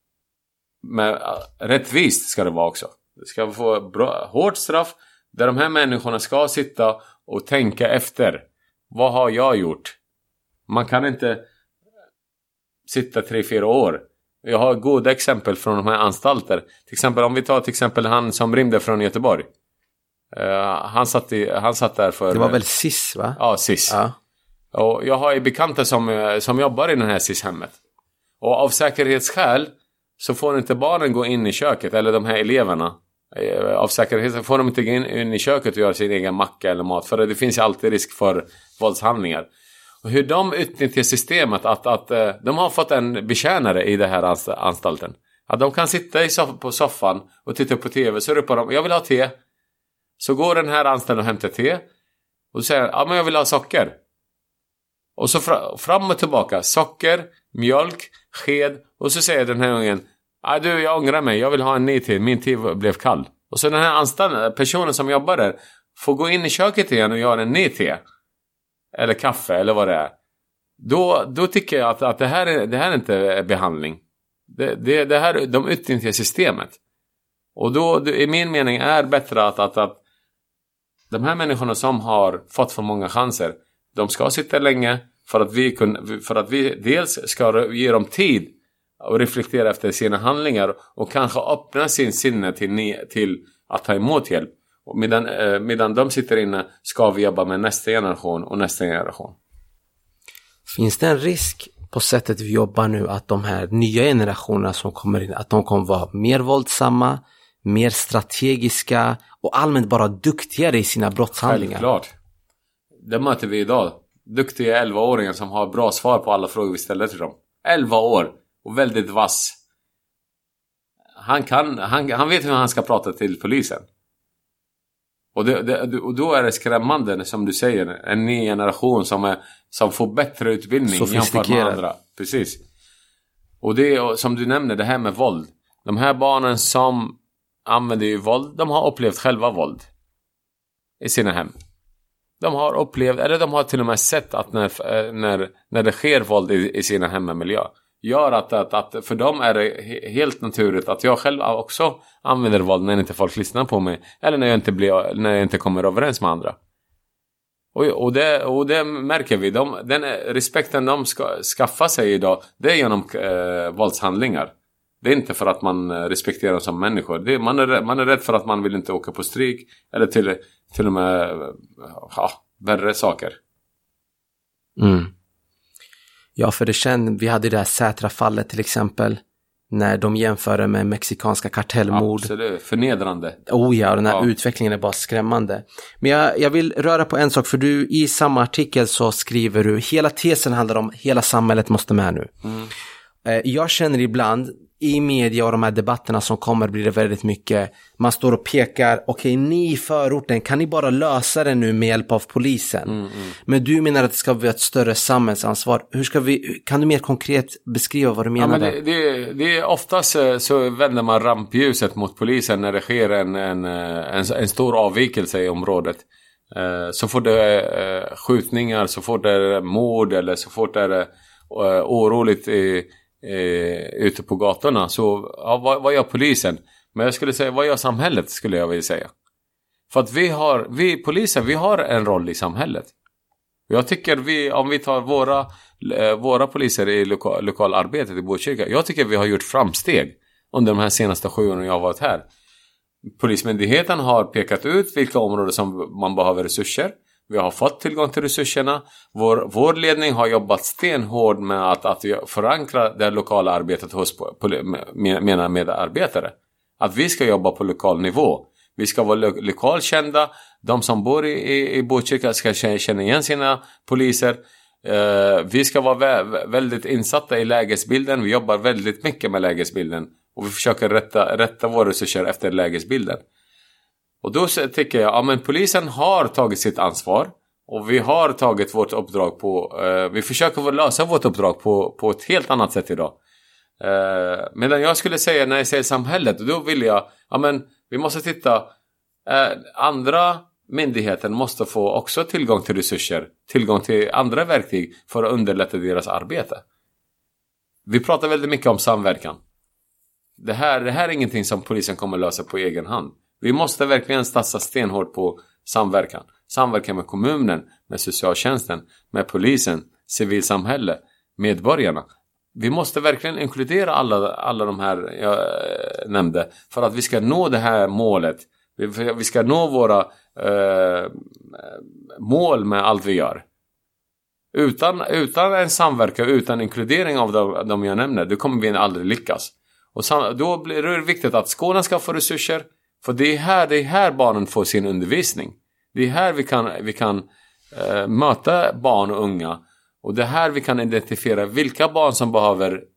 A: med rättvist ska det vara också. Det ska få bra, hårt straff där de här människorna ska sitta och tänka efter. Vad har jag gjort? Man kan inte sitta tre, fyra år. Jag har goda exempel från de här anstalter. Till exempel om vi tar till exempel han som rymde från Göteborg. Uh, han, satt i, han satt där för...
B: Det var väl S I S, va?
A: Ja, S I S. Ja. Och jag har ju bekanta som, som jobbar i den här S I S-hemmet. Och av säkerhetsskäl så får inte barnen gå in i köket, eller de här eleverna. Av säkerhet får de inte gå in, in i köket och göra sin egen macka eller mat. För det finns ju alltid risk för våldshandlingar. Och hur de utnyttjar systemet att, att de har fått en betjänare i det här anstalten. Att de kan sitta i soff- på soffan och titta på tv, så ropar de, jag vill ha te. Så går den här anställda och hämtar te. Och säger, ja men jag vill ha socker. Och så fra- fram och tillbaka. Socker, mjölk, sked. Och så säger den här ungen, ja du jag ångrar mig, jag vill ha en ny te. Min te blev kall. Och så den här anställda, personen som jobbar där, får gå in i köket igen och göra en ny te. Eller kaffe eller vad det är. Då, då tycker jag att, att det, här är, det här är inte behandling. Det, det, det här, de utnyttjar systemet. Och då, i min mening är bättre att, att, att de här människorna som har fått för många chanser, de ska sitta länge för att vi, kun, för att vi dels ska ge dem tid och reflektera efter sina handlingar och kanske öppna sin sinne till, till att ta emot hjälp. Och medan, eh, medan de sitter inne ska vi jobba med nästa generation och nästa generation.
B: Finns det en risk på sättet vi jobbar nu att de här nya generationerna som kommer in, att de kommer vara mer våldsamma, mer strategiska och allmänt bara duktigare i sina brottshandlingar?
A: Självklart. Det möter vi idag. Duktiga elva-åringar som har bra svar på alla frågor vi ställer till dem. elva år och väldigt vass. Han, kan, han, han vet hur han ska prata till polisen. Och, det, det, och då är det skrämmande, som du säger, en ny generation som, är, som får bättre utbildning jämfört med andra. Precis. Och det som du nämnde, det här med våld. De här barnen som använder ju våld, de har upplevt själva våld i sina hem. De har upplevt, eller de har till och med sett att när, när, när det sker våld i, i sina hem och miljö, gör att, att, att för dem är det helt naturligt att jag själv också använder våld när inte folk lyssnar på mig. Eller när jag inte, blir, när jag inte kommer överens med andra. Och, och, det, och det märker vi. De, den respekten de ska skaffa sig idag, det är genom eh, våldshandlingar. Det är inte för att man respekterar dem som människor. Det är, man, är, man är rädd för att man vill inte åka på stryk. Eller till, till och med ja, värre saker.
B: Mm. Ja, för det känns, vi hade det här Sätra-fallet till exempel. När de jämför med mexikanska kartellmord.
A: Absolut, förnedrande.
B: Oh ja, och den här
A: ja. utvecklingen
B: är bara skrämmande. Men jag, jag vill röra på en sak, för du i samma artikel så skriver du, hela tesen handlar om hela samhället måste med nu. Mm. Jag känner ibland i media och de här debatterna som kommer blir det väldigt mycket, man står och pekar, okej, okay, ni i förorten, kan ni bara lösa det nu med hjälp av polisen? Mm, mm. Men du menar att det ska vara ett större samhällsansvar. Hur ska vi, kan du mer konkret beskriva vad du menar?
A: Ja, men det, det, det är oftast så vänder man rampljuset mot polisen när det sker en, en, en, en stor avvikelse i området. Så får det skjutningar, så får det mord eller så får det oroligt i Eh, ute på gatorna. Så ja, vad, vad gör polisen? Men jag skulle säga, vad gör samhället, skulle jag vilja säga. För att vi har, vi polisen, vi har en roll i samhället. Jag tycker vi, om vi tar våra eh, våra poliser i loka, lokalarbetet i Botkyrka, jag tycker vi har gjort framsteg under de här senaste sju åren jag har varit här. Polismyndigheten har pekat ut vilka områden som man behöver resurser. Vi har fått tillgång till resurserna. Vår, vår ledning har jobbat stenhård med att, att förankra det lokala arbetet hos mina medarbetare. Att vi ska jobba på lokal nivå. Vi ska vara lo- lokalkända. De som bor i, i, i Botkyrka ska känna igen sina poliser. Uh, vi ska vara vä- väldigt insatta i lägesbilden. Vi jobbar väldigt mycket med lägesbilden. Och vi försöker rätta, rätta våra resurser efter lägesbilden. Och då tycker jag, ja men polisen har tagit sitt ansvar. Och vi har tagit vårt uppdrag på, eh, vi försöker lösa vårt uppdrag på, på ett helt annat sätt idag. Eh, medan jag skulle säga, när jag säger samhället, då vill jag, ja men vi måste titta, eh, andra myndigheter måste få också tillgång till resurser, tillgång till andra verktyg för att underlätta deras arbete. Vi pratar väldigt mycket om samverkan. Det här, det här är ingenting som polisen kommer lösa på egen hand. Vi måste verkligen satsa stenhårt på samverkan. Samverkan med kommunen, med socialtjänsten, med polisen, civilsamhälle, medborgarna. Vi måste verkligen inkludera alla, alla de här jag nämnde för att vi ska nå det här målet. Vi, vi ska nå våra eh, mål med allt vi gör. Utan, utan en samverkan, utan inkludering av de, de jag nämner, då kommer vi aldrig lyckas. Och sam, då blir det viktigt att skolan ska få resurser. För det är här, det är här barnen får sin undervisning. Det är här vi kan, vi kan eh, möta barn och unga. Och det är här vi kan identifiera vilka barn som behöver eh,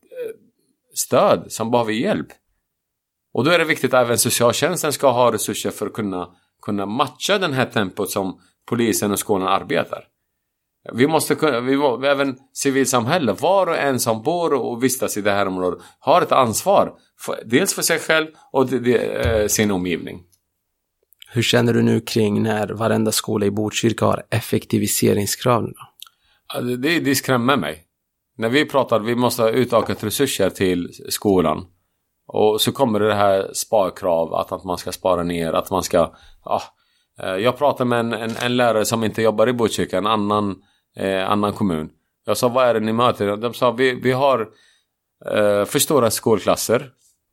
A: stöd, som behöver hjälp. Och då är det viktigt att även socialtjänsten ska ha resurser för att kunna, kunna matcha den här tempot som polisen och skolan arbetar. Vi måste kunna, vi, även civilsamhälle, var och en som bor och vistas i det här området har ett ansvar, för, dels för sig själv och det, det, eh, sin omgivning.
B: Hur känner du nu kring när varenda skola i Botkyrka har effektiviseringskrav?
A: Det, det, det skrämmer mig. När vi pratar vi måste ha utökat resurser till skolan. Och så kommer det här sparkrav, att, att man ska spara ner, att man ska... Ja, jag pratade med en, en, en lärare som inte jobbar i Botkyrka, en annan, eh, annan kommun. Jag sa, vad är det ni möter? De sa, vi, vi har eh, för stora skolklasser,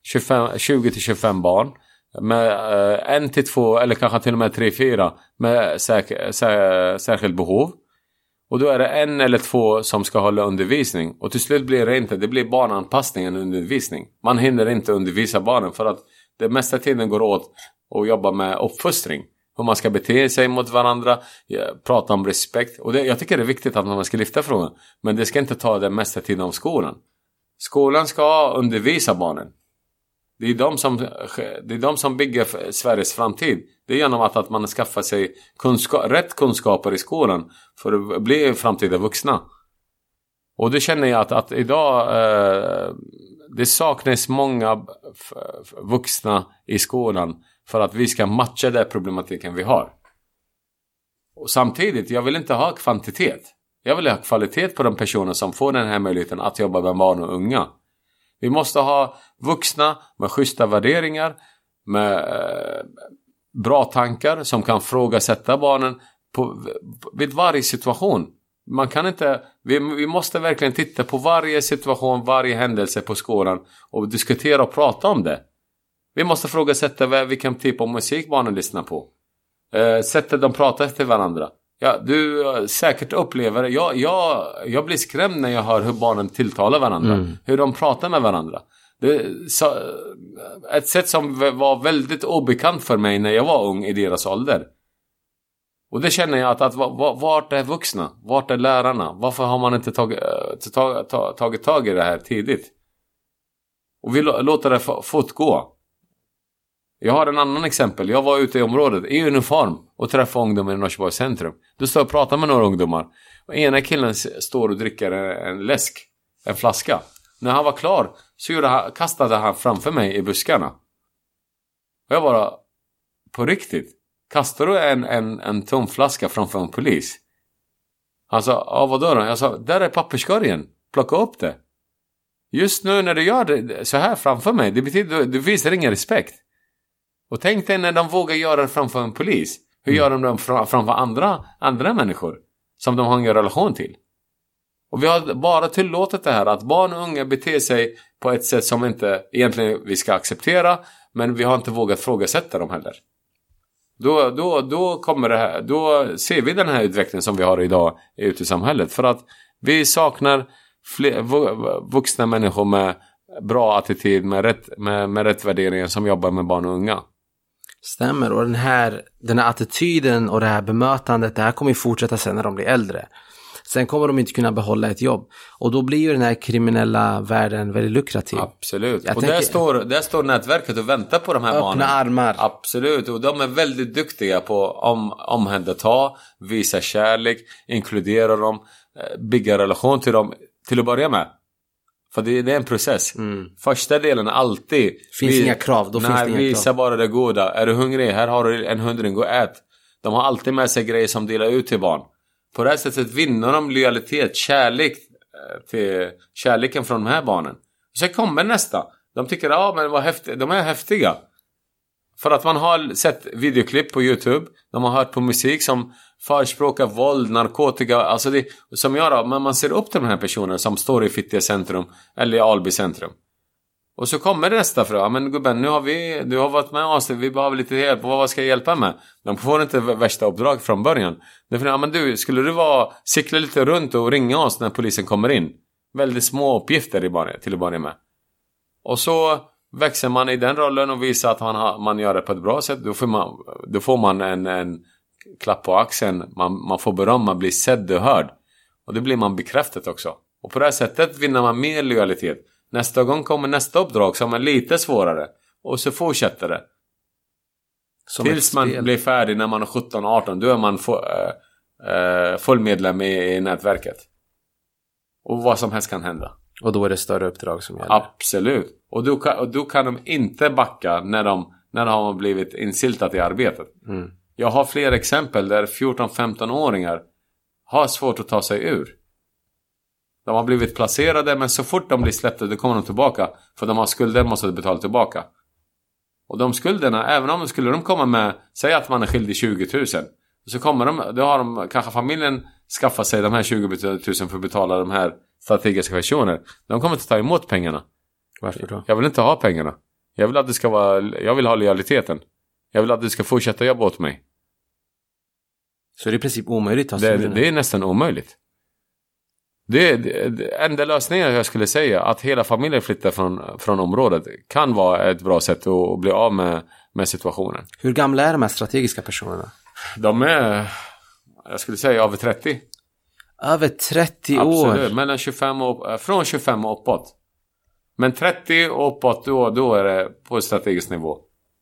A: tjugo till tjugofem barn, med eh, en till två eller kanske till och med tre, fyra med säk, sär, särskilt behov. Och då är det en eller två som ska hålla undervisning. Och till slut blir det inte, det blir barnanpassning än undervisning. Man hinner inte undervisa barnen för att det mesta tiden går åt att jobba med uppfostring. Hur man ska bete sig mot varandra, prata om respekt. Och det, jag tycker det är viktigt att man ska lyfta frågan. Men det ska inte ta den mesta tiden av skolan. Skolan ska undervisa barnen. Det är de som, det är de som bygger Sveriges framtid. Det är genom att, att man skaffar sig kunskap, rätt kunskaper i skolan för att bli framtida vuxna. Och det känner jag att, att idag eh, det saknas många vuxna i skolan för att vi ska matcha den problematiken vi har. Och samtidigt, jag vill inte ha kvantitet. Jag vill ha kvalitet på de personer som får den här möjligheten att jobba med barn och unga. Vi måste ha vuxna med schyssta värderingar, med eh, bra tankar som kan frågasätta barnen på, vid varje situation. Man kan inte, vi, vi måste verkligen titta på varje situation, varje händelse på skolan och diskutera och prata om det. Vi måste frågasätta vilken typ av musik barnen lyssnar på. Eh, sättet de pratar efter varandra. Ja, du uh, säkert upplever det. Jag, jag, jag blir skrämd när jag hör hur barnen tilltalar varandra. Mm. Hur de pratar med varandra. Det, så, ett sätt som var väldigt obekant för mig när jag var ung i deras ålder. Och det känner jag att, att vart är vuxna? Vart är lärarna? Varför har man inte tagit, tag, tag, tagit tag i det här tidigt? Och vi låter det fortgå. Jag har en annan exempel. Jag var ute i området i uniform och träffade ungdomar i Norsborgs centrum. Då står jag och pratar med några ungdomar. Och ena killen står och dricker en läsk, en flaska. När han var klar så gjorde han, kastade han framför mig i buskarna. Och jag bara, på riktigt, kastar du en, en, en tom flaska framför en polis? Han sa, ja vadå då? Jag sa, där är papperskorgen. Plocka upp det. Just nu när du gör det så här framför mig, det betyder du visar ingen respekt. Och tänk dig när de vågar göra det framför en polis. Hur mm. gör de det framför andra, andra människor som de har en relation till? Och vi har bara tillåtit det här att barn och unga beter sig på ett sätt som inte egentligen vi ska acceptera, men vi har inte vågat frågasätta dem heller. Då, då, då kommer det här, då ser vi den här utvecklingen som vi har idag ute i samhället. För att vi saknar fler, vuxna människor med bra attityd, med rätt, med, med rätt värderingar som jobbar med barn och unga.
B: Stämmer, och den här, den här attityden och det här bemötandet, det här kommer ju fortsätta sen när de blir äldre. Sen kommer de inte kunna behålla ett jobb. Och då blir ju den här kriminella världen väldigt lukrativ.
A: Absolut.
B: Jag
A: och
B: tänker...
A: där, står, där står nätverket och väntar på de här
B: öppna
A: barnen.
B: armar.
A: Absolut. Och de är väldigt duktiga på att om, omhänderta, visa kärlek, inkludera dem, bygga relation till dem till att börja med. För det, det är en process. Mm. Första delen är alltid...
B: Finns vi, inga krav. Då nej, finns det inga
A: visa
B: krav.
A: bara det goda. Är du hungrig? Här har du en hundring. Gå och ät. De har alltid med sig grejer som delar ut till barn. På det här sättet vinner de lojalitet, kärlek till kärleken från de här barnen. Och så kommer nästa. De tycker, ja men vad häftigt. De är häftiga. För att man har sett videoklipp på YouTube. De har hört på musik som förespråkar våld, narkotika. Alltså det som gör, men man ser upp till de här personerna som står i Fittja centrum eller i Alby centrum. Och så kommer nästa fråga. Men gubben, nu har vi, du har varit med oss. Vi behöver lite hjälp. Vad ska jag hjälpa med? De får inte värsta uppdrag från början. Därför, ja, men du, skulle du vara, cykla lite runt och ringa oss när polisen kommer in? Väldigt små uppgifter i början, till att börja med. Och så växer man i den rollen och visar att man, har, man gör det på ett bra sätt. Då får man, då får man en, en klapp på axeln. Man, man får beröm, man blir sedd och hörd. Och det blir man bekräftat också. Och på det här sättet vinner man mer lojalitet. Nästa gång kommer nästa uppdrag som är lite svårare. Och så fortsätter det. Som tills man blir färdig när man är sjutton arton. Då är man få, äh, äh, fullmedlem i, i nätverket. Och vad som helst kan hända.
B: Och då är det större uppdrag som gäller.
A: Absolut. Och då kan, och då kan de inte backa när de, när de har blivit insiltat i arbetet. Mm. Jag har fler exempel där fjorton-femton-åringar har svårt att ta sig ur. De har blivit placerade, men så fort de blir släppta då kommer de tillbaka. För de har skulder, måste de betala tillbaka. Och de skulderna, även om skulle de komma med, säg att man är skyldig tjugo tusen. Så kommer de, då har de, kanske familjen skaffat sig de här tjugo tusen för att betala de här strategiska versioner. De kommer inte ta emot pengarna.
B: Varför då?
A: Jag vill inte ha pengarna. Jag vill att det ska vara, jag vill ha lojaliteten. Jag vill att du ska fortsätta jobba åt mig.
B: Så det är i princip omöjligt att
A: det, det, det är nästan omöjligt. Det, det, det enda lösningen jag skulle säga att hela familjen flyttar från, från området kan vara ett bra sätt att bli av med, med situationen.
B: Hur gamla är de här strategiska personerna?
A: De är, jag skulle säga, över trettio.
B: Över trettio år?
A: Absolut, mellan tjugofem och, från tjugofem och uppåt. Men trettio och uppåt, då, då är det på strategisk nivå.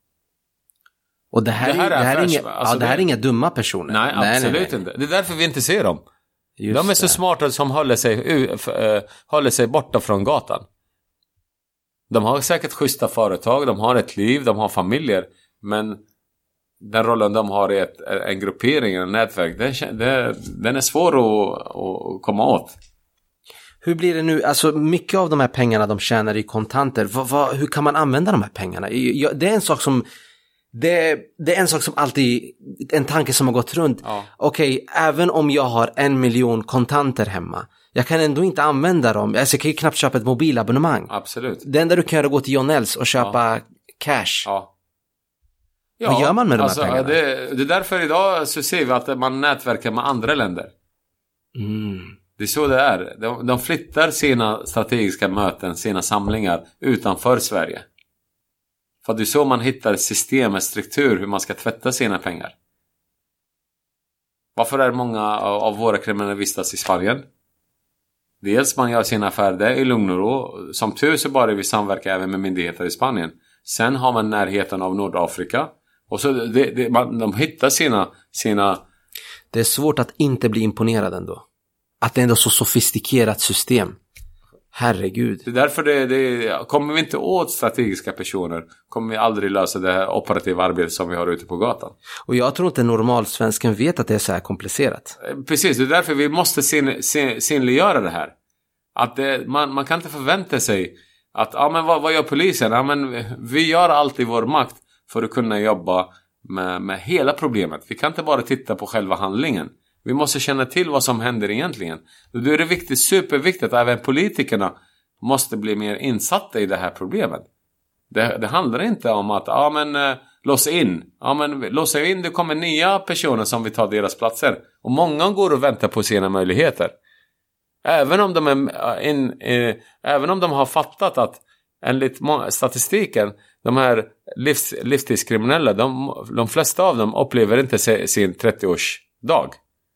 B: Och det här, det här är, det här är, inga, alltså ja, det här är inga dumma personer.
A: Nej, nej absolut nej, nej. inte. Det är därför vi inte ser dem. Just de är så det. smarta som håller sig, uh, uh, håller sig borta från gatan. De har säkert schyssta företag, de har ett liv, de har familjer. Men den rollen de har i ett, en gruppering, en nätverk, den, den, den är svår att, att komma åt.
B: Hur blir det nu? Alltså mycket av de här pengarna de tjänar i kontanter. Vad, vad, hur kan man använda de här pengarna? Jag, det är en sak som det, det är en sak som alltid, en tanke som har gått runt.
A: Ja.
B: Okej, okay, även om jag har en miljon kontanter hemma, jag kan ändå inte använda dem. Alltså, jag kan ju knappt köpa ett mobilabonnemang.
A: Absolut.
B: Det enda du kan göra är att gå till John Ells och köpa ja. cash.
A: Ja. Ja,
B: vad gör man med de
A: alltså,
B: här pengarna?
A: Det, det är därför idag så ser vi att man nätverkar med andra länder.
B: Mm.
A: Det är så det är. De, de flyttar sina strategiska möten, sina samlingar utanför Sverige. För det är så man hittar system och struktur hur man ska tvätta sina pengar. Varför är många av våra kriminella vistas i Spanien? Dels man gör sina affärer i lugn och ro. Som tur så bara vi samverkar även med myndigheter i Spanien. Sen har man närheten av Nordafrika. Och så det, det, man, de hittar sina, sina...
B: Det är svårt att inte bli imponerad ändå. Att det är ändå så sofistikerat system. Herregud.
A: Det är därför det, det kommer vi inte åt strategiska personer, kommer vi aldrig lösa det här operativa arbetet som vi har ute på gatan.
B: Och jag tror inte normalsvensken vet att det är så här komplicerat.
A: Precis, det är därför vi måste sin, sin, synliggöra det här. Att det, man, man kan inte förvänta sig att, ja men vad, vad gör polisen? Ja men vi gör allt i vår makt för att kunna jobba med, med hela problemet. Vi kan inte bara titta på själva handlingen. Vi måste känna till vad som händer egentligen. Då är det viktigt, superviktigt att även politikerna måste bli mer insatta i det här problemet. Det, det handlar inte om att ja, men, äh, låsa in. Ja, men, låsa in, det kommer nya personer som vill ta deras platser. Och många går och väntar på sina möjligheter. Även om de, är in, äh, även om de har fattat att enligt statistiken, de här livs, livstidskriminella, de, de flesta av dem upplever inte sin trettioårsdag.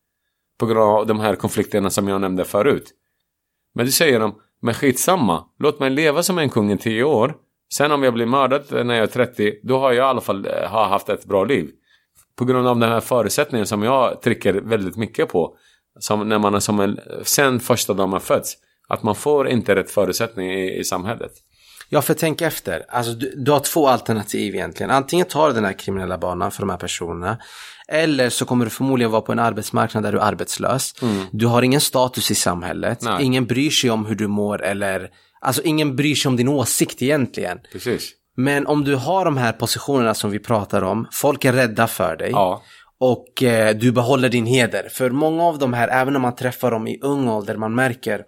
A: På grund av de här konflikterna som jag nämnde förut. Men det säger de, men skitsamma. Låt mig leva som en kung i tio år. Sen om jag blir mördad när jag är trettio, då har jag i alla fall har haft ett bra liv. På grund av den här förutsättningen som jag trycker väldigt mycket på. Som när man är som en, sen första dagen man föds. Att man får inte rätt förutsättning i, i samhället.
B: Ja, för tänk efter. Alltså, du, du har två alternativ egentligen. Antingen tar du den här kriminella banan för de här personerna. Eller så kommer du förmodligen vara på en arbetsmarknad där du är arbetslös. Mm. Du har ingen status i samhället. Nej. Ingen bryr sig om hur du mår. Eller, alltså ingen bryr sig om din åsikt egentligen.
A: Precis.
B: Men om du har de här positionerna som vi pratar om. Folk är rädda för dig.
A: Ja.
B: Och eh, du behåller din heder. För många av de här, även om man träffar dem i ung ålder, man märker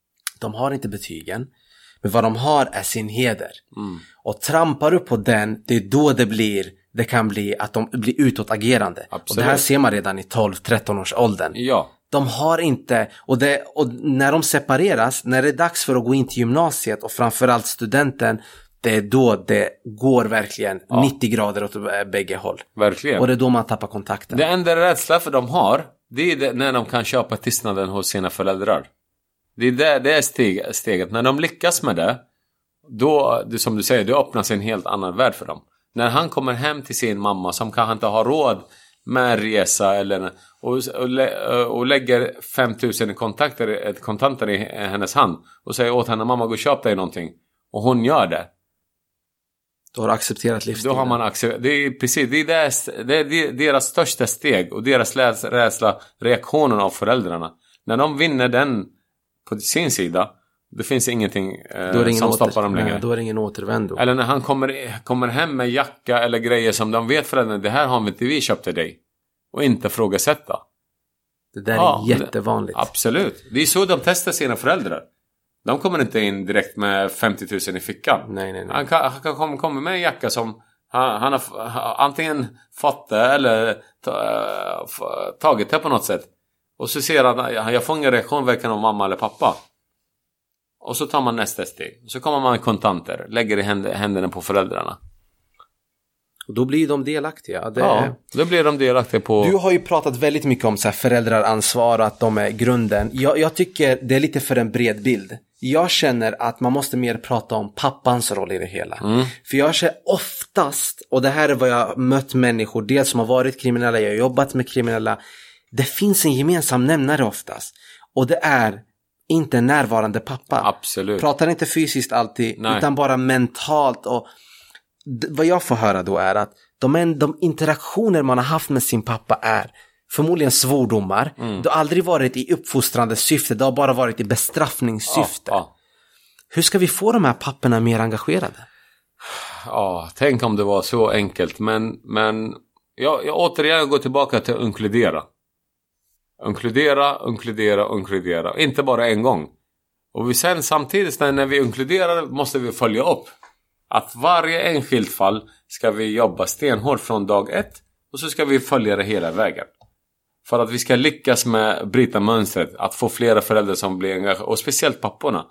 B: de har inte betygen. Men vad de har är sin heder. Mm. Och trampar du på den, det är då det blir, det kan bli att de blir utåtagerande. Absolut. Och det här ser man redan i tolv tretton års åldern.
A: Ja.
B: De har inte, och, det, och när de separeras, när det är dags för att gå in till gymnasiet och framförallt studenten, det är då det går verkligen ja. nittio grader åt bägge håll.
A: Verkligen.
B: Och det är då man tappar kontakten.
A: Det enda rädsla för de har, det är det när de kan köpa tystnaden hos sina föräldrar. Det är, det, det är steg, steget. När de lyckas med det, då, det, som du säger, det öppnas en helt annan värld för dem. När han kommer hem till sin mamma som kanske inte har råd med en resa eller, och, och, och lägger fem tusen kontakter, kontanter i hennes hand och säger åt henne, mamma gå och köp dig någonting. Och hon gör det.
B: Då har du accepterat livsstilen.
A: Då har man accepterat. Det är precis, det är, deras, det är deras största steg och deras rädsla, reaktionen av föräldrarna. När de vinner den på sin sida, det finns ingenting eh, som åter, stoppar dem längre.
B: Nej, då är det ingen återvändo.
A: Eller när han kommer, kommer hem med jacka eller grejer som de vet föräldrarna, det här har vi inte vi köpt till dig. Och inte frågasätta.
B: Det där ja, är jättevanligt.
A: Det, absolut. Det är så de testar sina föräldrar. De kommer inte in direkt med femtio tusen i fickan.
B: Nej, nej, nej.
A: Han kan, han kan komma, komma med en jacka som han, han har antingen fått det eller ta, tagit det på något sätt. Och så ser han att jag får ingen reaktion varken av mamma eller pappa. Och så tar man nästa steg. Så kommer man med kontanter. Lägger i händerna på föräldrarna.
B: Och då blir de delaktiga. Det...
A: Ja, då blir de delaktiga på...
B: Du har ju pratat väldigt mycket om så här föräldraransvar och att de är grunden. Jag, jag tycker det är lite för en bred bild. Jag känner att man måste mer prata om pappans roll i det hela. Mm. För jag känner oftast, och det här är vad jag har mött människor, dels som har varit kriminella, jag har jobbat med kriminella. Det finns en gemensam nämnare oftast. Och det är inte närvarande pappa.
A: Absolut.
B: Pratar inte fysiskt alltid,
A: Nej.
B: utan bara mentalt. Och d- vad jag får höra då är att de, de interaktioner man har haft med sin pappa är förmodligen svordomar. Mm. Det har aldrig varit i uppfostrande syfte, det har bara varit i bestraffningssyfte. Ja, ja. Hur ska vi få de här papporna mer engagerade?
A: Ja, tänk om det var så enkelt. Men, men jag, jag återigen går tillbaka till att inkludera. Inkludera, inkludera, inkludera. Inte bara en gång. Och vi sen samtidigt när vi inkluderar måste vi följa upp. Att varje enskilt fall ska vi jobba stenhårt från dag ett. Och så ska vi följa det hela vägen. För att vi ska lyckas med bryta mönstret. Att få flera föräldrar som blir engagerade. Och speciellt papporna.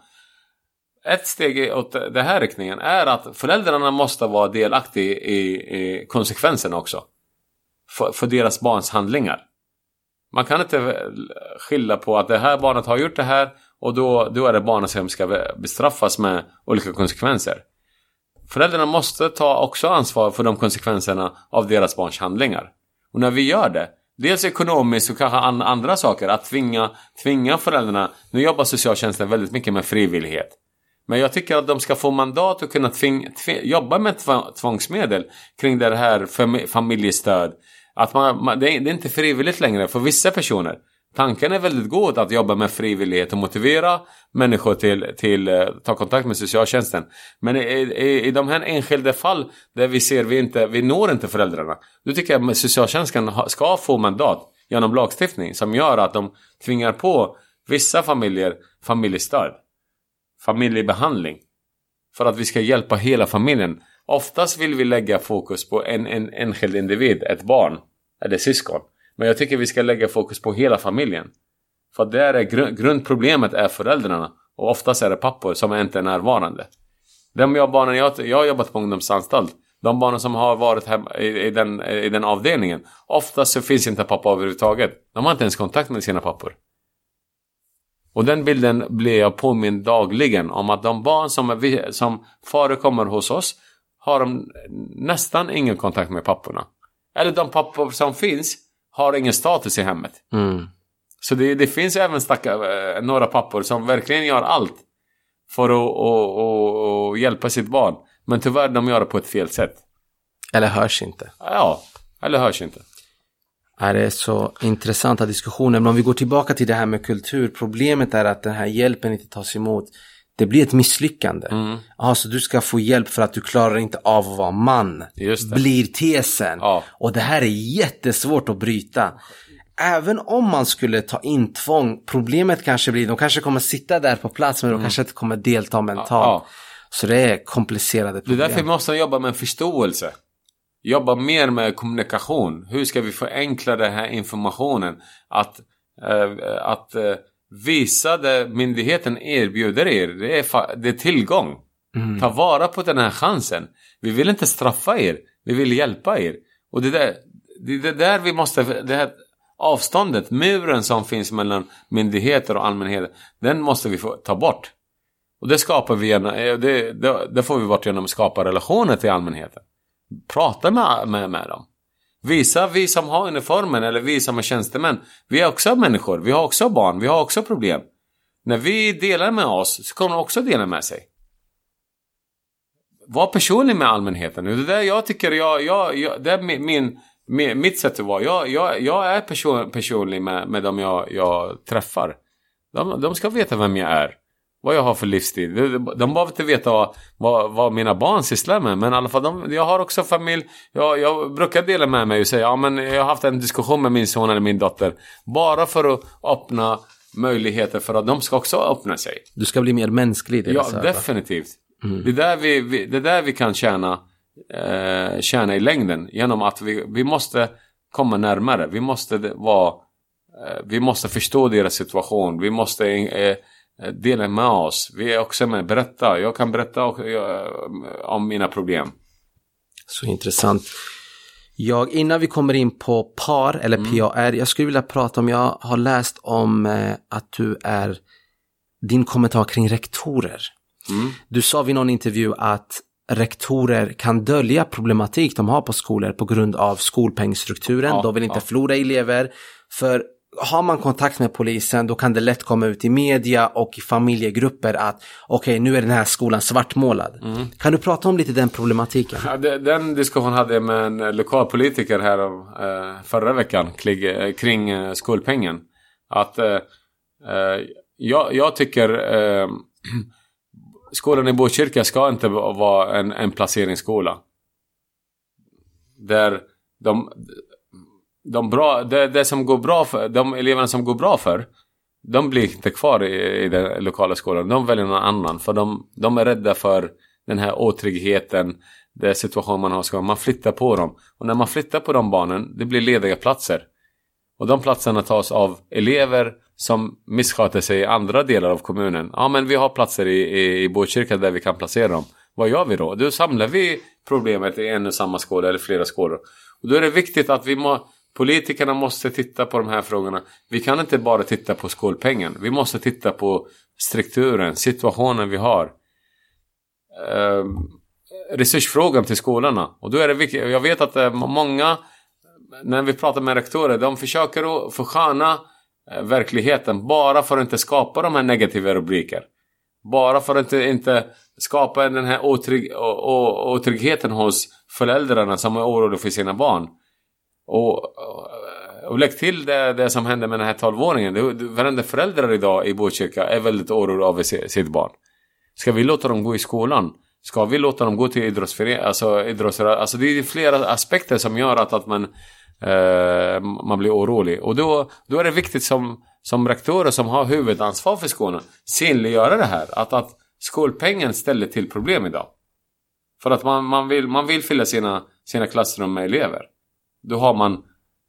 A: Ett steg åt den här riktningen är att föräldrarna måste vara delaktiga i, i konsekvenserna också. För, för deras barns handlingar. Man kan inte skilja på att det här barnet har gjort det här. Och då, då är det barnet som ska bestraffas med olika konsekvenser. Föräldrarna måste ta också ansvar för de konsekvenserna av deras barns handlingar. Och när vi gör det, dels ekonomiskt och kanske an, andra saker, att tvinga, tvinga föräldrarna. Nu jobbar socialtjänsten väldigt mycket med frivillighet. Men jag tycker att de ska få mandat att kunna tving, tving, jobba med tvångsmedel kring det här fam, familjestöd. Att man, man, det, är, det är inte frivilligt längre för vissa personer. Tanken är väldigt god att jobba med frivillighet och motivera människor till, till uh, ta kontakt med socialtjänsten. Men i, i, i de här enskilda fall där vi ser vi inte, vi når inte föräldrarna. Då tycker jag att socialtjänsten ska få mandat genom lagstiftning som gör att de tvingar på vissa familjer familjestöd. Familjebehandling. För att vi ska hjälpa hela familjen. Oftast vill vi lägga fokus på en, en enskild individ, ett barn eller syskon. Men jag tycker vi ska lägga fokus på hela familjen. För där är gr- grundproblemet är föräldrarna. Och oftast är det pappor som inte är närvarande. De jag, barnen jag, jag har jobbat på ungdomsanstalt. De barnen som har varit här i, i, den, i den avdelningen. Oftast så finns inte pappa överhuvudtaget. De har inte ens kontakt med sina pappor. Och den bilden blir jag påminn dagligen om att de barn som, är, som förekommer hos oss har de nästan ingen kontakt med papporna. Eller de pappor som finns har ingen status i hemmet. Mm. Så det, det finns även stacka, några pappor som verkligen gör allt för att och, och, och hjälpa sitt barn. Men tyvärr de gör det på ett fel sätt.
B: Eller hörs inte.
A: Ja, eller hörs inte.
B: Är det så intressanta diskussioner. Men om vi går tillbaka till det här med kultur. Problemet är att den här hjälpen inte tas emot. Det blir ett misslyckande. Mm. Ja, så du ska få hjälp för att du klarar inte av att vara man.
A: Just det.
B: Blir tesen.
A: Ja.
B: Och det här är jättesvårt att bryta. Även om man skulle ta in tvång. Problemet kanske blir, de kanske kommer sitta där på plats. Men mm. de kanske inte kommer delta mentalt. Ja, ja. Så det är komplicerade problem.
A: Det är därför vi måste jobba med en förståelse. Jobba mer med kommunikation. Hur ska vi förenkla den här informationen? Att, äh, att äh, visa det myndigheten erbjuder er. Det är, fa- det är tillgång. Mm. Ta vara på den här chansen. Vi vill inte straffa er. Vi vill hjälpa er. Och det där, det, det där vi måste... Det här avståndet, muren som finns mellan myndigheter och allmänhet. Den måste vi få ta bort. Och det skapar vi genom, det, det, det får vi bort genom att skapa relationer till allmänheten. Prata med, med, med dem. Visa vi som har uniformen eller vi som är tjänstemän. Vi är också människor. Vi har också barn. Vi har också problem. När vi delar med oss så kommer de också dela med sig. Var personlig med allmänheten. Det är där jag tycker jag, jag, jag, det är min, min, mitt sätt att vara. Jag, jag, jag är person, personlig med, med dem jag, jag träffar. De, de ska veta vem jag är. Vad jag har för livsstil. De, de behöver inte veta vad, vad, vad mina barn sysslar med. Men i alla fall, de, jag har också familj. Jag, jag brukar dela med mig och säga, ja men jag har haft en diskussion med min son eller min dotter. Bara för att öppna möjligheter för att de ska också öppna sig.
B: Du ska bli mer mänsklig. Det
A: ja, definitivt. Mm. Det, är där vi, vi, det är där vi kan tjäna, eh, tjäna i längden. Genom att vi, vi måste komma närmare. Vi måste vara, eh, vi måste förstå deras situation. Vi måste... Eh, dela med oss. Vi är också med. Berätta. Jag kan berätta om mina problem.
B: Så intressant. Jag, innan vi kommer in på par eller mm. P A R. Jag skulle vilja prata om, jag har läst om eh, att du är din kommentar kring rektorer. Mm. Du sa vid någon intervju att rektorer kan dölja problematik de har på skolor på grund av skolpengsstrukturen. Ja, de vill inte ja. förlora elever. För har man kontakt med polisen, då kan det lätt komma ut i media och i familjegrupper att okej, okay, nu är den här skolan svartmålad. Mm. Kan du prata om lite den problematiken?
A: Ja, det, den diskussionen hade jag med en lokalpolitiker här eh, förra veckan kring, kring eh, skolpengen. Att eh, jag, jag tycker eh, skolan i Botkyrka ska inte vara en, en placeringsskola. Där de... De, bra, det, det som går bra för, de eleverna som går bra för, de blir inte kvar i, i den lokala skolan. De väljer någon annan, för de, de är rädda för den här otryggheten, det situation man har i skolan. Man flyttar på dem. Och när man flyttar på de barnen, det blir lediga platser. Och de platserna tas av elever som missköter sig i andra delar av kommunen. Ja, men vi har platser i, i, i Botkyrka där vi kan placera dem. Vad gör vi då? Då samlar vi problemet i en och samma skola eller flera skolor. Och då är det viktigt att vi må, politikerna måste titta på de här frågorna. Vi kan inte bara titta på skolpengen. Vi måste titta på strukturen, situationen vi har. Eh, resursfrågan till skolorna. Och då är det viktigt. Jag vet att eh, många, när vi pratar med rektorer, de försöker att försköna eh, verkligheten bara för att inte skapa de här negativa rubriker. Bara för att inte, inte skapa den här otrygg, och, och, otryggheten hos föräldrarna som är oroliga för sina barn. Och, och, och lägg till det, det som hände med den här tolvåringen. Varenda föräldrar idag i Botkyrka är väldigt oroliga över sitt barn. Ska vi låta dem gå i skolan? Ska vi låta dem gå till idrottsförening? Alltså, idrotts, alltså det är flera aspekter som gör att, att man, eh, man blir orolig. Och då, då är det viktigt som, som rektorer som har huvudansvar för skolan synliggöra det här. Att, att skolpengen ställer till problem idag. För att man, man, vill, man vill fylla sina, sina klassrum med elever. Då har man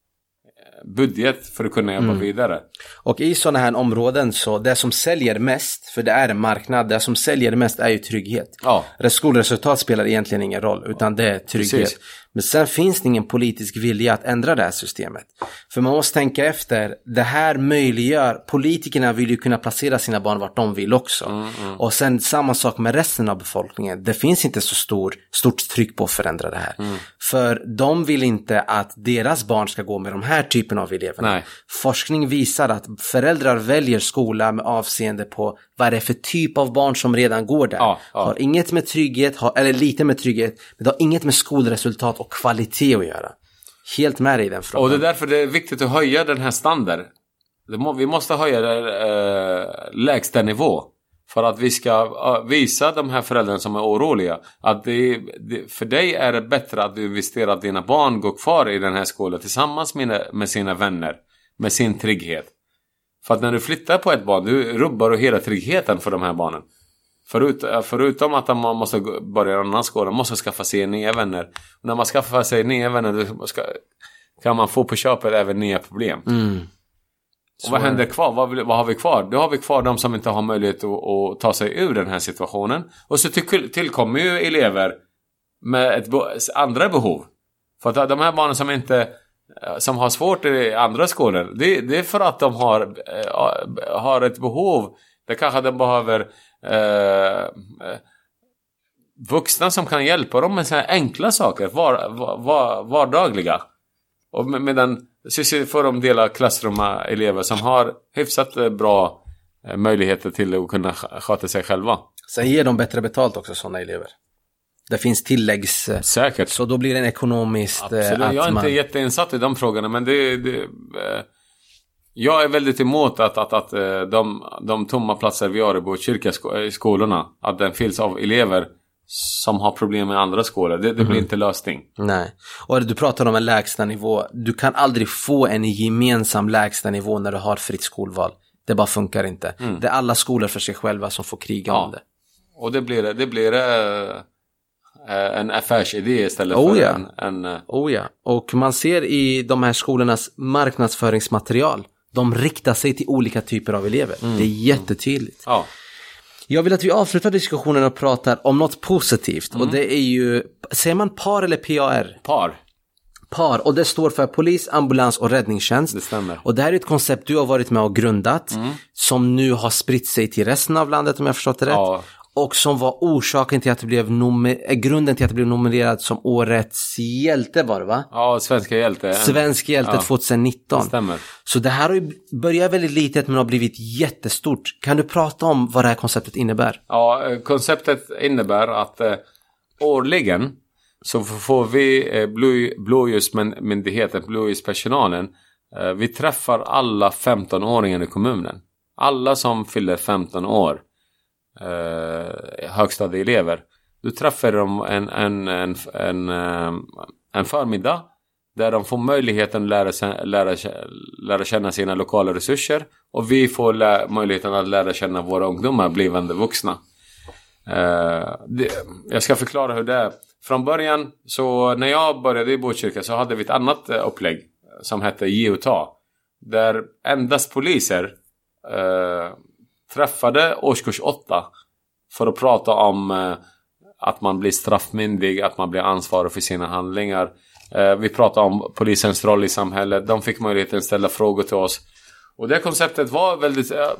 A: budget för att kunna jobba mm. vidare.
B: Och i sådana här områden, så det som säljer mest, för det är en marknad, det som säljer mest är ju trygghet. Ja. Skolresultat spelar egentligen ingen roll, utan det är trygghet. Precis. Men sen finns det ingen politisk vilja att ändra det här systemet. För man måste tänka efter, det här möjliggör, politikerna vill ju kunna placera sina barn vart de vill också. Mm, mm. Och sen samma sak med resten av befolkningen. Det finns inte så stor, stort tryck på att förändra det här. Mm. För de vill inte att deras barn ska gå med de här typen av eleverna. Nej. Forskning visar att föräldrar väljer skola med avseende på vad det är för typ av barn som redan går där. Ja, ja. Har inget med trygghet, har, eller lite med trygghet, men det har inget med skolresultat och kvalitet att göra. Helt med i den frågan.
A: Och det är därför det är viktigt att höja den här standard. Må, vi måste höja den äh, lägsta nivå. För att vi ska äh, visa de här föräldrarna som är oroliga att det, det, för dig är det bättre att du investerar att dina barn går kvar i den här skolan tillsammans med, med sina vänner. Med sin trygghet. För att när du flyttar på ett barn, du rubbar hela tryggheten för de här barnen. Förut, förutom att man måste börja en annan skola, man måste skaffa sig nya vänner. Och när man skaffar sig nya vänner, då ska, kan man få på köpet även nya problem. Mm. Och vad händer kvar? Vad, vad har vi kvar? Då har vi kvar de som inte har möjlighet att, att ta sig ur den här situationen. Och så till, tillkommer ju elever med ett, andra behov. För att de här barnen som inte... som har svårt i andra skolor, det, det är för att de har, äh, har ett behov. Det kanske de behöver äh, vuxna som kan hjälpa dem med så här enkla saker, var, var, vardagliga. Och med, medan så får de dela klassrum med elever som har hyfsat bra möjligheter till att kunna sköta sig själva.
B: Sen ger de bättre betalt också, sådana elever. Det finns tilläggs...
A: Säkert.
B: Så då blir det en ekonomiskt...
A: Absolut. Att jag är man... inte jätteinsatt i de frågorna, men det... det jag är väldigt emot att, att, att de, de tomma platser vi har i Botkyrka i skolorna, att den fylls av elever som har problem med andra skolor. Det, det blir mm. inte lösning.
B: Nej. Och du pratar om en lägsta nivå. Du kan aldrig få en gemensam lägsta nivå när du har fritt skolval. Det bara funkar inte. Mm. Det är alla skolor för sig själva som får kriga ja. om det.
A: Och det blir det blir äh, en affärsidé istället
B: oh
A: för
B: ja.
A: en... en äh...
B: Oh ja. Och man ser i de här skolornas marknadsföringsmaterial, de riktar sig till olika typer av elever. Mm. Det är jättetydligt.
A: Ja.
B: Jag vill att vi avslutar diskussionen och pratar om något positivt. Mm. Och det är ju, säger man par eller P A R?
A: Par.
B: Par, och det står för polis, ambulans och räddningstjänst.
A: Det stämmer.
B: Och det här är ett koncept du har varit med och grundat, mm. som nu har spritt sig till resten av landet, om jag förstått det rätt.
A: Ja.
B: och som var orsaken till att det blev nomer- grunden till att det blev nominerad som årets hjälte, var det va?
A: Ja, svenska hjälte.
B: Svensk hjälte ja. tjugonitton.
A: Det stämmer.
B: Så det här har ju börjat väldigt litet men har blivit jättestort. Kan du prata om vad det här konceptet innebär?
A: Ja, konceptet innebär att eh, årligen så får vi eh, blå, blåljusmyndigheten, blåljuspersonalen, eh, vi träffar alla femton-åringar i kommunen. Alla som fyller femton år, eh, högstadieelever. Du träffar dem en, en, en, en, en förmiddag där de får möjligheten att lära, lära, lära känna sina lokala resurser, och vi får lä, möjligheten att lära känna våra ungdomar, blivande vuxna. Eh, det, jag ska förklara hur det är. Från början, så när jag började i Botkyrka så hade vi ett annat upplägg som hette Ge och ta, där endast poliser eh, träffade årskurs åtta för att prata om eh, att man blir straffmyndig, att man blir ansvarig för sina handlingar. Eh, vi pratade om polisens roll i samhället. De fick möjligheten att ställa frågor till oss. Och det konceptet var väldigt... Eh,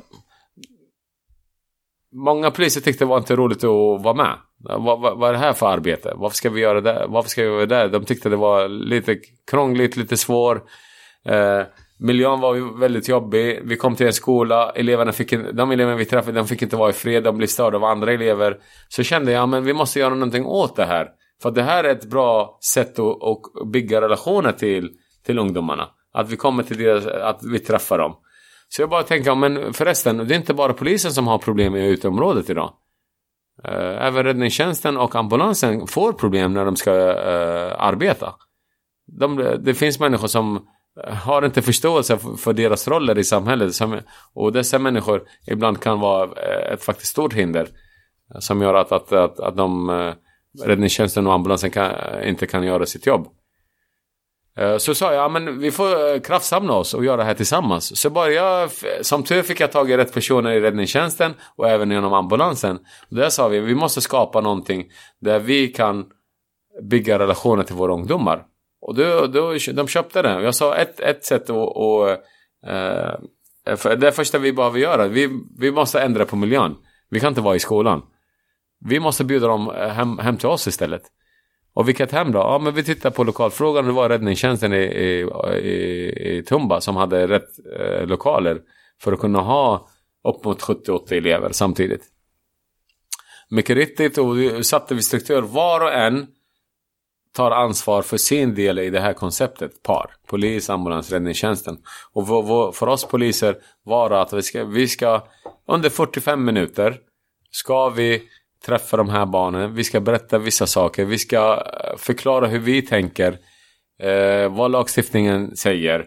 A: många poliser tyckte det var inte roligt att vara med. Vad, vad, vad är det här för arbete? Varför ska vi göra det? Varför ska vi göra det? De tyckte det var lite krångligt, lite svår. Eh, miljön var ju väldigt jobbig. Vi kom till en skola. Eleverna fick, de elever vi träffade, de fick inte vara i fred. De blev störda av andra elever. Så kände jag, men vi måste göra någonting åt det här. För det här är ett bra sätt att, att bygga relationer till, till ungdomarna. Att vi kommer till deras, att vi träffar dem. Så jag bara tänker, men förresten, det är inte bara polisen som har problem i utområdet idag. Även räddningstjänsten och ambulansen får problem när de ska uh, arbeta. De, det finns människor som har inte förståelse för, för deras roller i samhället. Som, och dessa människor ibland kan vara ett faktiskt stort hinder som gör att, att, att, att de, uh, räddningstjänsten och ambulansen kan, inte kan göra sitt jobb. Så sa jag, men vi får kraftsamla oss och göra det här tillsammans. Så bara jag, som tur fick jag tag i rätt personer i räddningstjänsten och även inom ambulansen. Och där sa vi, vi måste skapa någonting där vi kan bygga relationer till våra ungdomar. Och då, då, de köpte det. Och jag sa, ett, ett sätt att, och, eh, det första vi behöver göra, vi, vi måste ändra på miljön. Vi kan inte vara i skolan. Vi måste bjuda dem hem, hem till oss istället. Och vilket hem då? Ja, men vi tittar på lokalfrågan. Det var räddningstjänsten i, i, i, i Tumba som hade rätt eh, lokaler för att kunna ha upp mot sjuttio åttio elever samtidigt. Mycket riktigt, och vi satte vi struktur. Var och en tar ansvar för sin del i det här konceptet. Par, polis, ambulans, räddningstjänsten. Och vår, vår, för oss poliser var det att vi ska, vi ska under fyrtiofem minuter ska vi träffa de här barnen. Vi ska berätta vissa saker. Vi ska förklara hur vi tänker. Eh, vad lagstiftningen säger.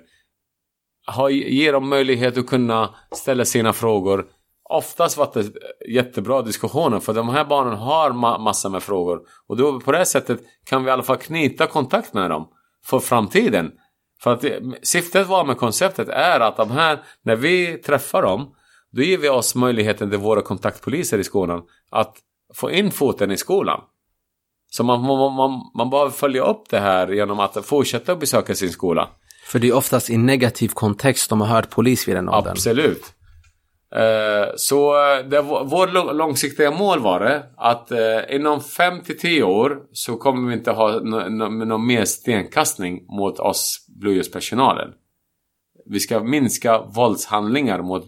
A: Ha, ge dem möjlighet att kunna ställa sina frågor. Oftast var det jättebra diskussioner. För de här barnen har ma- massor med frågor. Och då på det sättet kan vi i alla fall knyta kontakt med dem. För framtiden. För att det, syftet var med konceptet är att de här, när vi träffar dem, då ger vi oss möjligheten till våra kontaktpoliser i skolan att få in foten i skolan. Så man, man, man, man bara följer upp det här genom att fortsätta besöka sin skola.
B: För det är oftast i negativ kontext de har hört polis vid den åldern.
A: Absolut. Eh, så det var, vår långsiktiga mål var det att eh, inom fem till tio år så kommer vi inte ha någon no, no mer stenkastning mot oss blåljuspersonalen. Vi ska minska våldshandlingar mot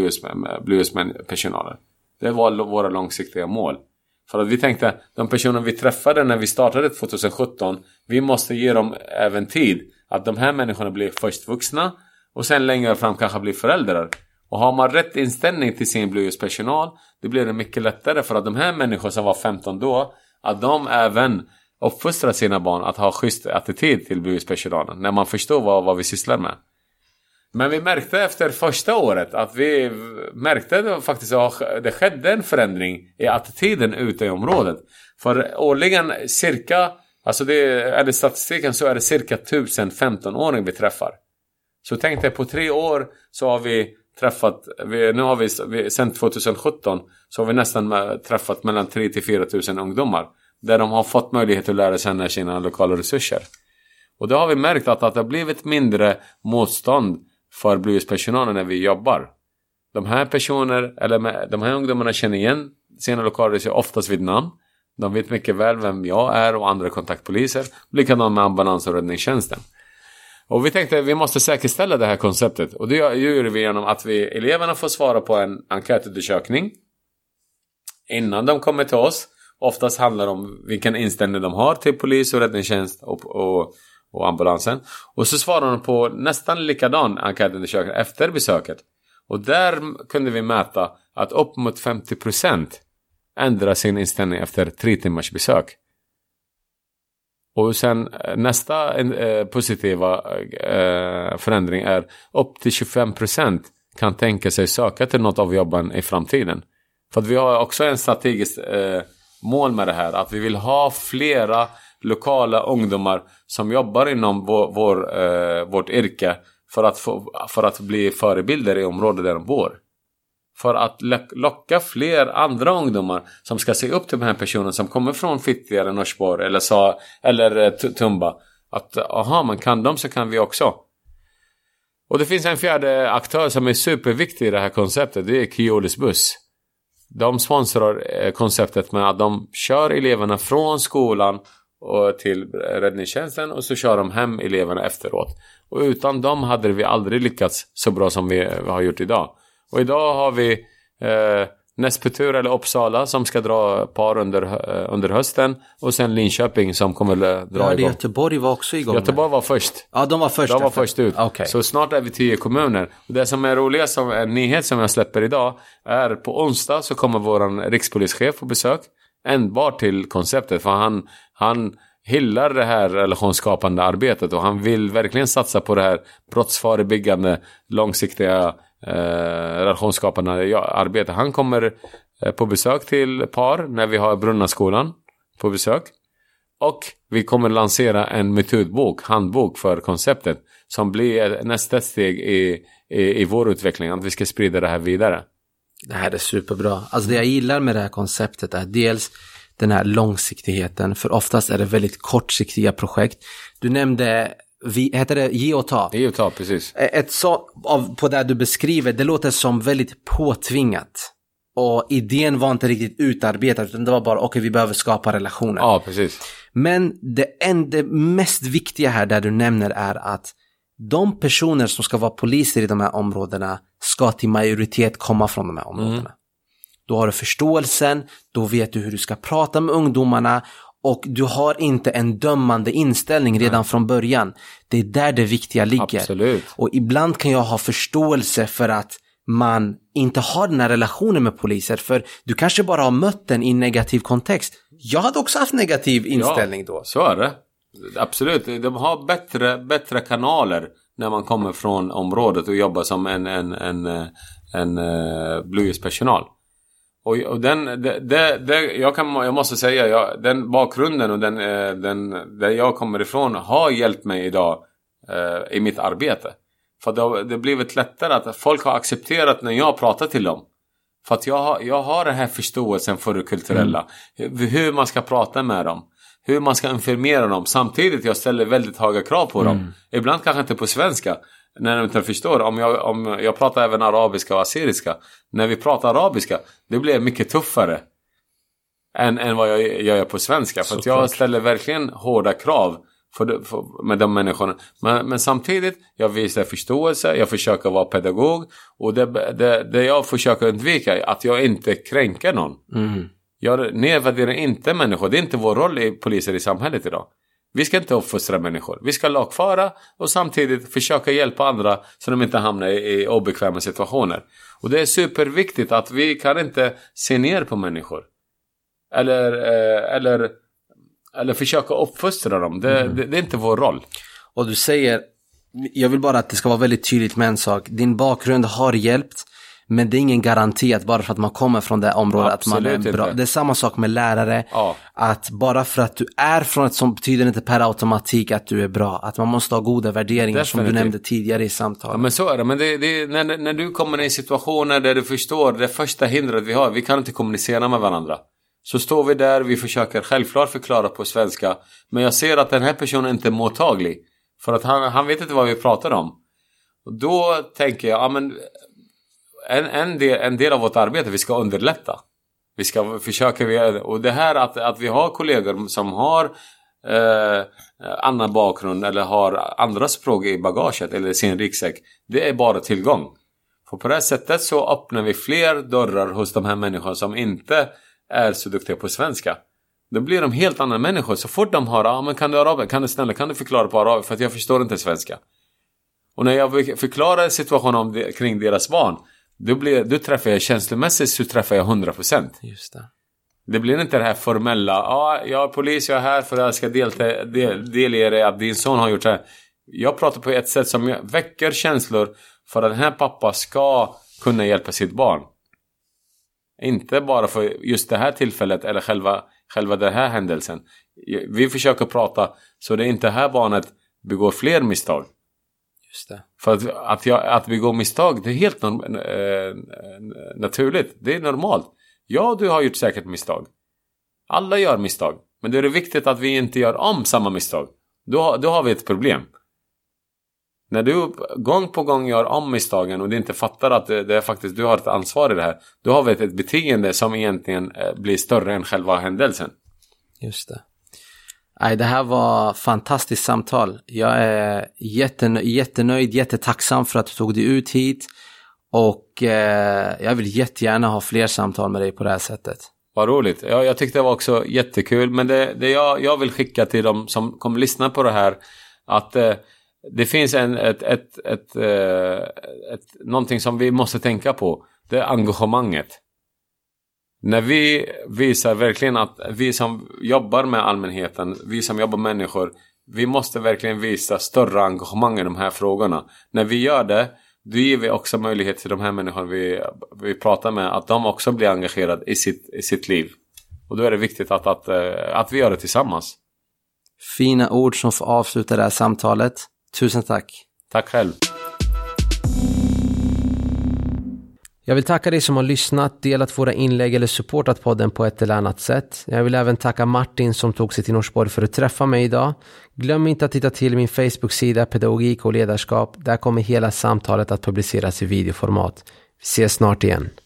A: blåljuspersonalen. Det var våra långsiktiga mål. För att vi tänkte, de personer vi träffade när vi startade tjugosjutton, vi måste ge dem även tid. Att de här människorna blir först vuxna och sen längre fram kanske blir föräldrar. Och har man rätt inställning till sin blåljuspersonal, det blir det mycket lättare för att de här människorna som var femton då, att de även uppfostrar sina barn att ha schysst attityd till blåljuspersonalen. När man förstår vad, vad vi sysslar med. Men vi märkte efter första året att vi märkte det faktiskt att det skedde en förändring i attityden ute i området. För årligen cirka, alltså det är statistiken, så är det cirka tusen femton-åringar vi träffar. Så tänkte jag på tre år så har vi träffat, vi, nu har vi, vi sedan tjugosjutton så har vi nästan träffat mellan tre till fyra tusen ungdomar. Där de har fått möjlighet att lära känna sina lokala resurser. Och då har vi märkt att, att det har blivit mindre motstånd för blåljuspersonalen när vi jobbar. De här personer, eller med, de här ungdomarna känner igen sina lokaler sig oftast vid namn. De vet mycket väl vem jag är och andra kontaktpoliser. Likadant med ambulans- och räddningstjänsten. Och vi tänkte att vi måste säkerställa det här konceptet. Och det gör vi genom att vi, eleverna får svara på en enkätundersökning innan de kommer till oss. Oftast handlar det om vilken inställning de har till polis och räddningstjänst och, och, och ambulansen. Och så svarar de på nästan likadan enkätundersökning efter besöket. Och där kunde vi mäta att upp mot femtio procent ändrar sin inställning efter tre timmars besök. Och sen nästa eh, positiva eh, förändring är upp till tjugofem procent kan tänka sig söka till något av jobben i framtiden. För att vi har också en strategisk eh, mål med det här. Att vi vill ha flera lokala ungdomar som jobbar inom vår, vår, eh, vårt yrke för att, få, för att bli förebilder i området där de bor. För att locka fler andra ungdomar som ska se upp till den här personen som kommer från Fittja eller Norsborg eller, så, eller Tumba. Att aha, man kan dem så kan vi också. Och det finns en fjärde aktör som är superviktig i det här konceptet. Det är Keolis buss. De sponsrar konceptet med att de kör eleverna från skolan och till räddningstjänsten och så kör de hem eleverna efteråt. Och utan dem hade vi aldrig lyckats så bra som vi har gjort idag. Och idag har vi eh, Näspetur eller Uppsala som ska dra par under, eh, under hösten. Och sen Linköping som kommer dra
B: ja,
A: igång.
B: Göteborg var också igång.
A: Göteborg var först.
B: Ja, de var först.
A: De var först ut.
B: Okay.
A: Så snart är vi tio kommuner. Och det som är roligt, som en nyhet som jag släpper idag, är på onsdag så kommer våran rikspolischef på besök. Enbart till konceptet. För han, han hyllar det här relationsskapande arbetet. Och han vill verkligen satsa på det här brottsförebyggande, långsiktiga Eh, relationsskapande arbete. Han kommer eh, på besök till par när vi har Brunnaskolan på besök. Och vi kommer lansera en metodbok, handbok för konceptet som blir nästa steg i, i, i vår utveckling. Att vi ska sprida det här vidare.
B: Det här är superbra. Alltså det jag gillar med det här konceptet är dels den här långsiktigheten. För oftast är det väldigt kortsiktiga projekt. Du nämnde Vi, heter det ge och ta?
A: Ge och ta, precis.
B: Ett så, av, på det du beskriver, det låter som väldigt påtvingat. Och idén var inte riktigt utarbetad, utan det var bara, okej, okay, vi behöver skapa relationer.
A: Ja, precis.
B: Men det, en, det mest viktiga här där du nämner är att de personer som ska vara poliser i de här områdena ska till majoritet komma från de här områdena. Mm. Då har du förståelsen, då vet du hur du ska prata med ungdomarna. Och du har inte en dömande inställning redan Nej. från början. Det är där det viktiga ligger.
A: Absolut.
B: Och ibland kan jag ha förståelse för att man inte har den här relationen med poliser. För du kanske bara har mött den i negativ kontext. Jag hade också haft negativ inställning
A: ja,
B: då.
A: Så är det. Absolut. De har bättre, bättre kanaler när man kommer från området och jobbar som en, en, en, en, en uh, blåljuspersonal. Och, och den, det, det, det, jag, kan, jag måste säga, jag, den bakgrunden och den, den, där jag kommer ifrån har hjälpt mig idag eh, i mitt arbete. För det har det blivit lättare att folk har accepterat när jag pratar till dem. För att jag har, jag har den här förståelsen för det kulturella. Mm. Hur, hur man ska prata med dem. Hur man ska informera dem. Samtidigt jag ställer väldigt höga krav på dem. Mm. Ibland kanske inte på svenska. När de inte förstår. Om jag, om jag pratar även arabiska och assyriska. När vi pratar arabiska. Det blir mycket tuffare. Än, än vad jag gör på svenska. För att jag ställer verkligen hårda krav. För, för, med de människorna. Men, men samtidigt. Jag visar förståelse. Jag försöker vara pedagog. Och det, det, det jag försöker undvika. Är att jag inte kränker någon. Mm. Jag nedvärderar inte människor. Det är inte vår roll i poliser i samhället idag. Vi ska inte uppfostra människor. Vi ska lagföra och samtidigt försöka hjälpa andra så de inte hamnar i, i obekväma situationer. Och det är superviktigt att vi kan inte se ner på människor. Eller, eh, eller, eller försöka uppfostra dem. Det, mm. det, det är inte vår roll.
B: Och du säger, jag vill bara att det ska vara väldigt tydligt med en sak. Din bakgrund har hjälpt. Men det är ingen garanti att bara för att man kommer från det området Absolut att man är bra. Inte. Det är samma sak med lärare. Ja. Att bara för att du är från ett som betyder inte per automatik att du är bra. Att man måste ha goda värderingar Definitivt. Som du nämnde tidigare i samtalet.
A: Ja, men så är det. Men det, det, när, när du kommer i situationer där du förstår det första hindret vi har. Vi kan inte kommunicera med varandra. Så står vi där, vi försöker självklart förklara på svenska. Men jag ser att den här personen inte är mottaglig. För att han, han vet inte vad vi pratar om. Och då tänker jag, ja men... En, en, del, en del av vårt arbete, vi ska underlätta. Vi ska försöka göra det. Och det här att, att vi har kollegor som har eh, annan bakgrund eller har andra språk i bagaget eller sin ryggsäck, det är bara tillgång. För på det sättet så öppnar vi fler dörrar hos de här människorna som inte är så duktiga på svenska. Då blir de helt andra människor. Så fort de har, ah, men kan du arabiska? Kan du snälla, kan du förklara på arabiska? För att jag förstår inte svenska. Och när jag förklarar situationen om det, kring deras barn, då, blir, då träffar jag känslomässigt, så träffar jag hundra procent.
B: Just det.
A: Det blir inte det här formella, ja, ah, jag är polis, jag är här för att jag ska delta, del, delge att din son har gjort det här. Jag pratar på ett sätt som väcker känslor för att den här pappa ska kunna hjälpa sitt barn. Inte bara för just det här tillfället eller själva, själva den här händelsen. Vi försöker prata så det inte här barnet begår fler misstag.
B: Just det.
A: För att, att, jag, att begå misstag, det är helt norm- äh, naturligt. Det är normalt. Ja, du har gjort säkert misstag. Alla gör misstag. Men det är viktigt att vi inte gör om samma misstag. Då, då har vi ett problem. När du gång på gång gör om misstagen och du inte fattar att det, det är faktiskt du har ett ansvar i det här, då har vi ett, ett beteende som egentligen blir större än själva händelsen.
B: Just det. Nej, det här var fantastiskt samtal. Jag är jättenö- jättenöjd, jättetacksam för att du tog dig ut hit. Och eh, jag vill jättegärna ha fler samtal med dig på det här sättet.
A: Vad roligt. Ja, jag tyckte det var också jättekul. Men det, det jag, jag vill skicka till dem som kommer lyssna på det här, att eh, det finns en, ett, ett, ett, ett, ett, någonting som vi måste tänka på. Det är engagemanget. När vi visar verkligen att vi som jobbar med allmänheten, vi som jobbar med människor, vi måste verkligen visa större engagemang i de här frågorna. När vi gör det, då ger vi också möjlighet till de här människorna vi, vi pratar med, att de också blir engagerade i sitt, i sitt liv. Och då är det viktigt att, att, att vi gör det tillsammans.
B: Fina ord som får avsluta det här samtalet. Tusen tack.
A: Tack själv.
B: Jag vill tacka dig som har lyssnat, delat våra inlägg eller supportat podden på ett eller annat sätt. Jag vill även tacka Martin som tog sig till Norsborg för att träffa mig idag. Glöm inte att titta till min Facebook-sida Pedagogik och ledarskap. Där kommer hela samtalet att publiceras i videoformat. Vi ses snart igen.